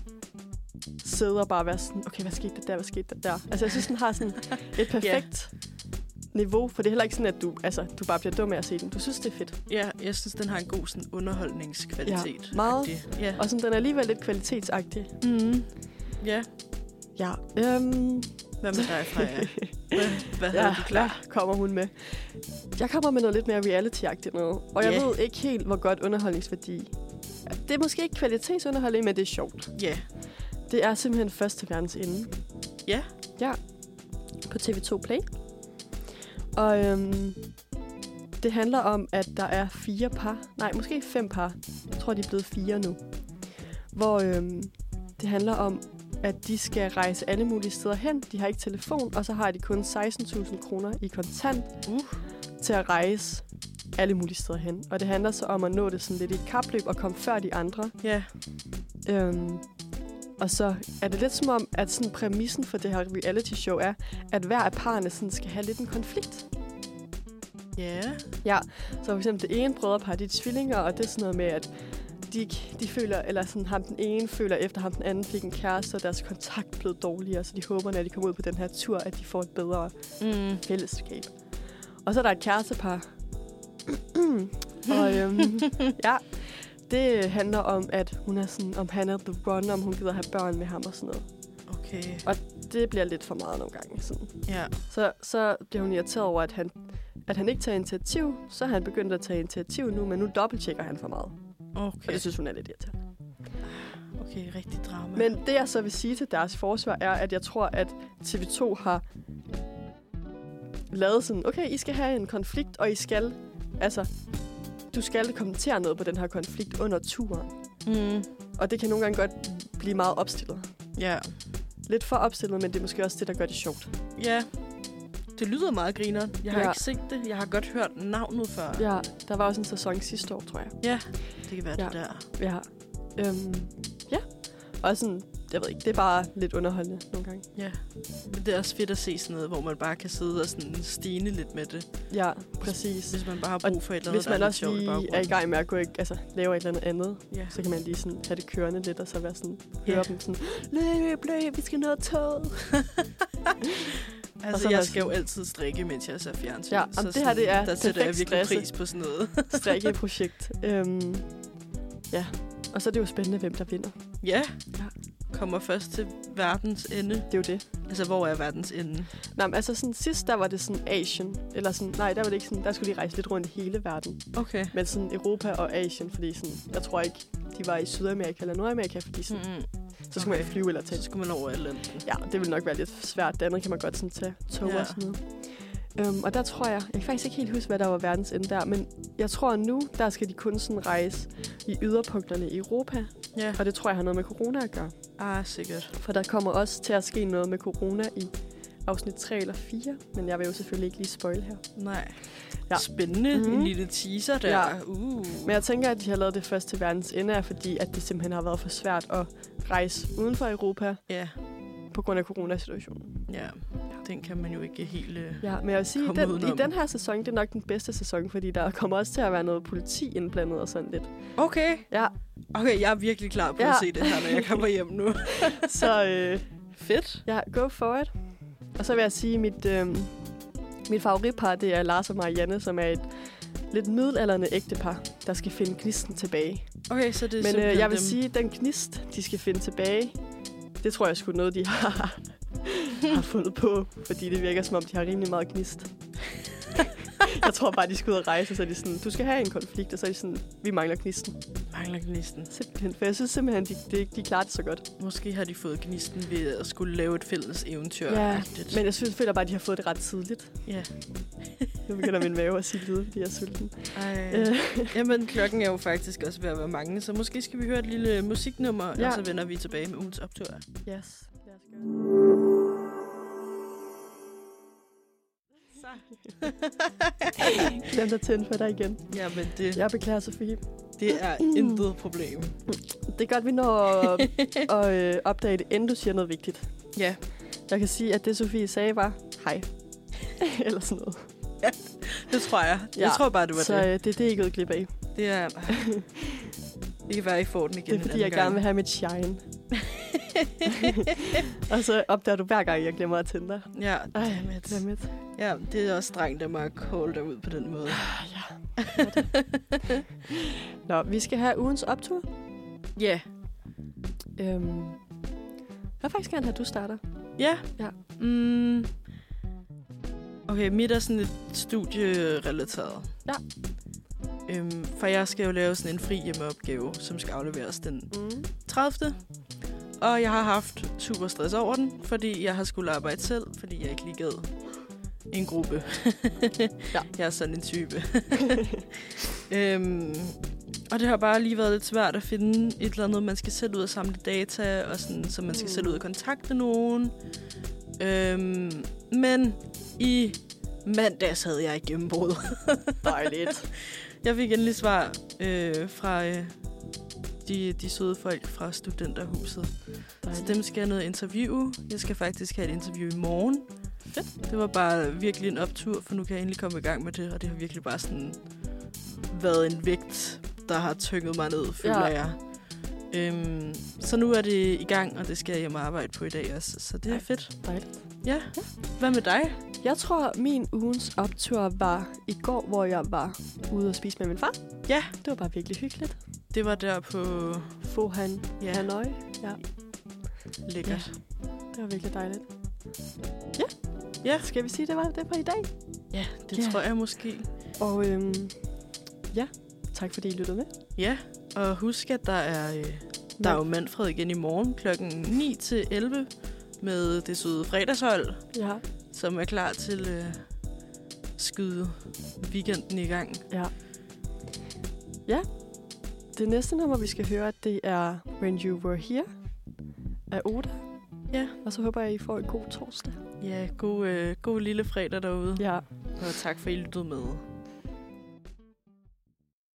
A: sidde og bare være sådan, okay, hvad skete der der, hvad skete der der? Altså, jeg synes, den har sådan et perfekt niveau, for det er heller ikke sådan, at du, altså, du bare bliver dum af at se den. Du synes, det er fedt.
B: ja, jeg synes, den har en god sådan, underholdningskvalitet.
A: Ja, meget.
B: Ja.
A: Og sådan, den er alligevel lidt kvalitetsagtig.
B: Mm. Ja.
A: Ja. Øhm,
B: Hvad med dig, Freja? Hvad, hvad havde
A: ja,
B: du klar?
A: hvad kommer hun med? Jeg kommer med noget lidt mere reality-agtigt noget. Og jeg
B: Ja.
A: ved ikke helt, hvor godt underholdningsværdi. Det er måske ikke kvalitetsunderholdning, men det er sjovt.
B: Ja.
A: Det er simpelthen først til verdens ende.
B: Ja.
A: Ja. På T V to Play. Og øhm, det handler om, at der er fire par. Nej, måske fem par. Jeg tror, de er blevet fire nu. Hvor øhm, det handler om, at de skal rejse alle mulige steder hen. De har ikke telefon, og så har de kun seksten tusind kroner i kontant
B: Uh.
A: til at rejse alle mulige steder hen. Og det handler så om at nå det sådan lidt i et kapløb og komme før de andre.
B: Ja.
A: Øhm, og så er det lidt som om, at sådan præmissen for det her reality show er, at hver af parerne sådan skal have lidt en konflikt.
B: Ja.
A: Ja, så for eksempel det ene brødrepar, de er tvillinger, og det er sådan noget med, at de, de føler, eller sådan ham den ene føler efter ham den anden fik en kæreste, og deres kontakt blev dårligere, så de håber, når de kommer ud på den her tur, at de får et bedre
B: Mm.
A: fællesskab. Og så er der et kærestepar. og øhm, ja, det handler om, at hun er sådan, om han er the one, om hun gider have børn med ham og sådan noget.
B: Okay.
A: Og det bliver lidt for meget nogle gange. Sådan.
B: Ja.
A: Så, så bliver hun irriteret over, at han, at han ikke tager initiativ. Så er han begyndt at tage initiativ nu, men nu dobbelttjekker han for meget. Og
B: Okay.
A: det synes hun er lidt irriterende.
B: Okay, rigtig drama.
A: Men det, jeg så vil sige til deres forsvar, er, at jeg tror, at T V to har lavet sådan, okay, I skal have en konflikt, og I skal, altså, du skal kommentere noget på den her konflikt under turen.
B: Mm.
A: Og det kan nogle gange godt blive meget opstillet.
B: Ja.
A: Lidt for opstillet, men det er måske også det, der gør det sjovt.
B: Ja. Det lyder meget grineren. Jeg har
A: Ja.
B: ikke set det. Jeg har godt hørt navnet før.
A: Ja, der var også en sæson sidste år, tror jeg.
B: Ja. Det kan være
A: Ja.
B: det der.
A: Ja. Øhm, ja. Og sådan, jeg ved ikke, det er bare lidt underholdende nogle gange.
B: Ja. Men det er også fedt at se sådan noget, hvor man bare kan sidde og sådan stene lidt med det.
A: Ja, præcis.
B: Hvis man bare har brug for et eller andet,
A: Hvis man
B: der er lidt
A: også
B: sjovt i
A: lige er i
B: baggrunden.
A: gang med at gå, altså, lave et eller andet andet,
B: Ja.
A: så kan man lige sådan have det kørende lidt, og så være sådan,
B: Ja.
A: høre dem sådan, løb, løb, vi skal nå toget. Og
B: Altså,
A: så er
B: jeg
A: man
B: skal jo
A: sådan-
B: altid strikke, mens jeg ser fjernsyn.
A: Ja,
B: så
A: jamen, det her, det er
B: der sætter jeg
A: perfekt
B: virkelig
A: stresset.
B: pris på sådan noget.
A: Strikkeprojekt. øhm, ja, og så er det jo spændende, hvem der vinder.
B: Ja.
A: Ja.
B: Kommer først til verdens ende.
A: Det er jo det.
B: Altså, hvor er verdens ende?
A: Nå, men altså sådan sidst, der var det sådan Asien. Eller sådan, nej, der var det ikke sådan, der skulle de rejse lidt rundt i hele verden.
B: Okay.
A: Men sådan Europa og Asien, fordi sådan, jeg tror ikke, de var i Sydamerika eller Nordamerika, fordi sådan,
B: Mm-hmm.
A: så skulle
B: Okay.
A: man flyve eller
B: Så
A: tage.
B: skulle man over Atlanten.
A: Ja, det vil nok være lidt svært. Det andet kan man godt sådan tage tog
B: Ja.
A: og sådan noget. Um, og der tror jeg, jeg kan faktisk ikke helt huske, hvad der var verdens ende der, men jeg tror at nu, der skal de kun sådan rejse i yderpunkterne i Europa,
B: Ja.
A: og det tror jeg har noget med corona at gøre.
B: Ah, sikkert.
A: For der kommer også til at ske noget med corona i afsnit tre eller fire, men jeg vil jo selvfølgelig ikke lige spoil her.
B: Nej.
A: Ja.
B: Ja. Spændende.
A: Mhm.
B: En lille teaser der.
A: Ja.
B: Uh.
A: Men jeg tænker, at de har lavet det først til verdens ende, er fordi at det simpelthen har været for svært at rejse uden for Europa
B: Ja.
A: på grund af coronasituationen.
B: Ja. Den kan man jo ikke helt... Øh...
A: Ja, men jeg vil sige,
B: Komme
A: den,
B: udenom.
A: i den her sæson, det er nok den bedste sæson, fordi der kommer også til at være noget politi indblandet og sådan lidt.
B: Okay.
A: Ja,
B: Okay, jeg er virkelig klar på
A: Ja.
B: at se det her, når jeg kommer hjem nu.
A: så øh,
B: Fedt.
A: ja, go for it. Og så vil jeg sige, mit, øh, mit favoritpar, det er Lars og Marianne, som er et lidt middelalderende ægtepar, der skal finde gnisten tilbage.
B: Okay, så det er
A: Men øh,
B: simpelthen
A: jeg vil
B: dem.
A: sige, den gnist, de skal finde tilbage, det tror jeg sgu er noget, de har, har fundet på, fordi det virker som om, de har rimelig meget gnist. Jeg tror bare, de skal ud og rejse, og så er de sådan, du skal have en konflikt, og så er de sådan, vi mangler gnisten.
B: Mangler gnisten.
A: Simpelthen, for jeg synes simpelthen, de, de, de klarer det så godt.
B: Måske har de fået gnisten ved at skulle lave et fælles eventyr.
A: Ja, men jeg synes, føler bare, at de har fået det ret tidligt.
B: Ja.
A: Nu begynder min mave at sige lyde, fordi jeg er sulten.
B: Ej. Jamen, klokken er jo faktisk også ved at være mange, så måske skal vi høre et lille musiknummer, ja. Og så vender vi tilbage med ugens optur.
A: Yes, lad os gøre det. Glem at tænde for dig igen.
B: Ja, men det...
A: Jeg beklager, Sofie.
B: Det er intet problem.
A: Det er godt, vi når at, at øh, opdage det, inden du siger noget vigtigt.
B: Ja.
A: Jeg kan sige, at det, Sofie sagde, var hej. Eller sådan noget.
B: Ja, det tror jeg. Ja. Jeg tror bare, det var
A: så,
B: det.
A: Så øh, det er det, jeg er gået glip af.
B: Det er... Det kan være, I får den igen.
A: Det er, fordi jeg gang. gerne vil have mit shine. Og så opdager du hver gang, jeg glemmer at tænde dig.
B: Ja,
A: dammit. dammit.
B: Ja, det er også strengt af mig at call dig ud på den måde.
A: Ja. Nå, vi skal have ugens optur.
B: Ja.
A: Yeah. Øhm, jeg vil faktisk gerne have, at du starter.
B: Ja?
A: Ja.
B: Mm. Okay, mit er sådan et studierelateret.
A: Ja.
B: Øhm, for jeg skal jo lave sådan en fri hjemmeopgave, som skal afleveres den
A: mm.
B: tredivte Og jeg har haft super stress over den, fordi jeg har skulle arbejde selv, fordi jeg ikke lige gad en gruppe.
A: Ja.
B: Jeg er sådan en type. øhm, og det har bare lige været lidt svært at finde et eller andet, man skal selv ud og samle data, og sådan, så man skal mm. selv ud og kontakte nogen. Øhm, men i mandags havde jeg et gennembrud.
A: Dejligt.
B: Jeg fik endelig svar øh, fra øh, de, de søde folk fra Studenterhuset. Så dem skal jeg noget interview. Jeg skal faktisk have et interview i morgen. Fedt. Det var bare virkelig en optur, for nu kan jeg endelig komme i gang med det. Og det har virkelig bare sådan været en vægt, der har tynget mig ned, føler ja. jeg. Øhm, så nu er det i gang, og det skal jeg hjem og arbejde på i dag også. Så det er fedt.
A: Dejligt.
B: Ja. ja. Hvad med dig?
A: Jeg tror, min ugens optur var i går, hvor jeg var ude og spise med min far.
B: Ja.
A: Det var bare virkelig hyggeligt.
B: Det var der på...
A: Fohan
B: ja.
A: Hanoi. Ja.
B: Lækkert.
A: Ja. Det var virkelig dejligt. Ja.
B: Ja.
A: Skal vi sige, det var det for i dag?
B: Ja, det
A: ja.
B: tror jeg måske.
A: Og øhm, ja, tak fordi I lyttede med.
B: Ja, og husk, at der er, øh, der er jo Manfred igen i morgen klokken ni til elleve med det søde fredagshold,
A: ja.
B: som er klar til øh, skyde weekenden i gang.
A: Ja. Ja. Det næste nummer, vi skal høre, det er When You Were Here af Oda.
B: Ja.
A: Og så håber jeg, I får en god torsdag.
B: Ja, god, øh, god lille fredag derude.
A: Ja.
B: Og tak for, at I lyttede med.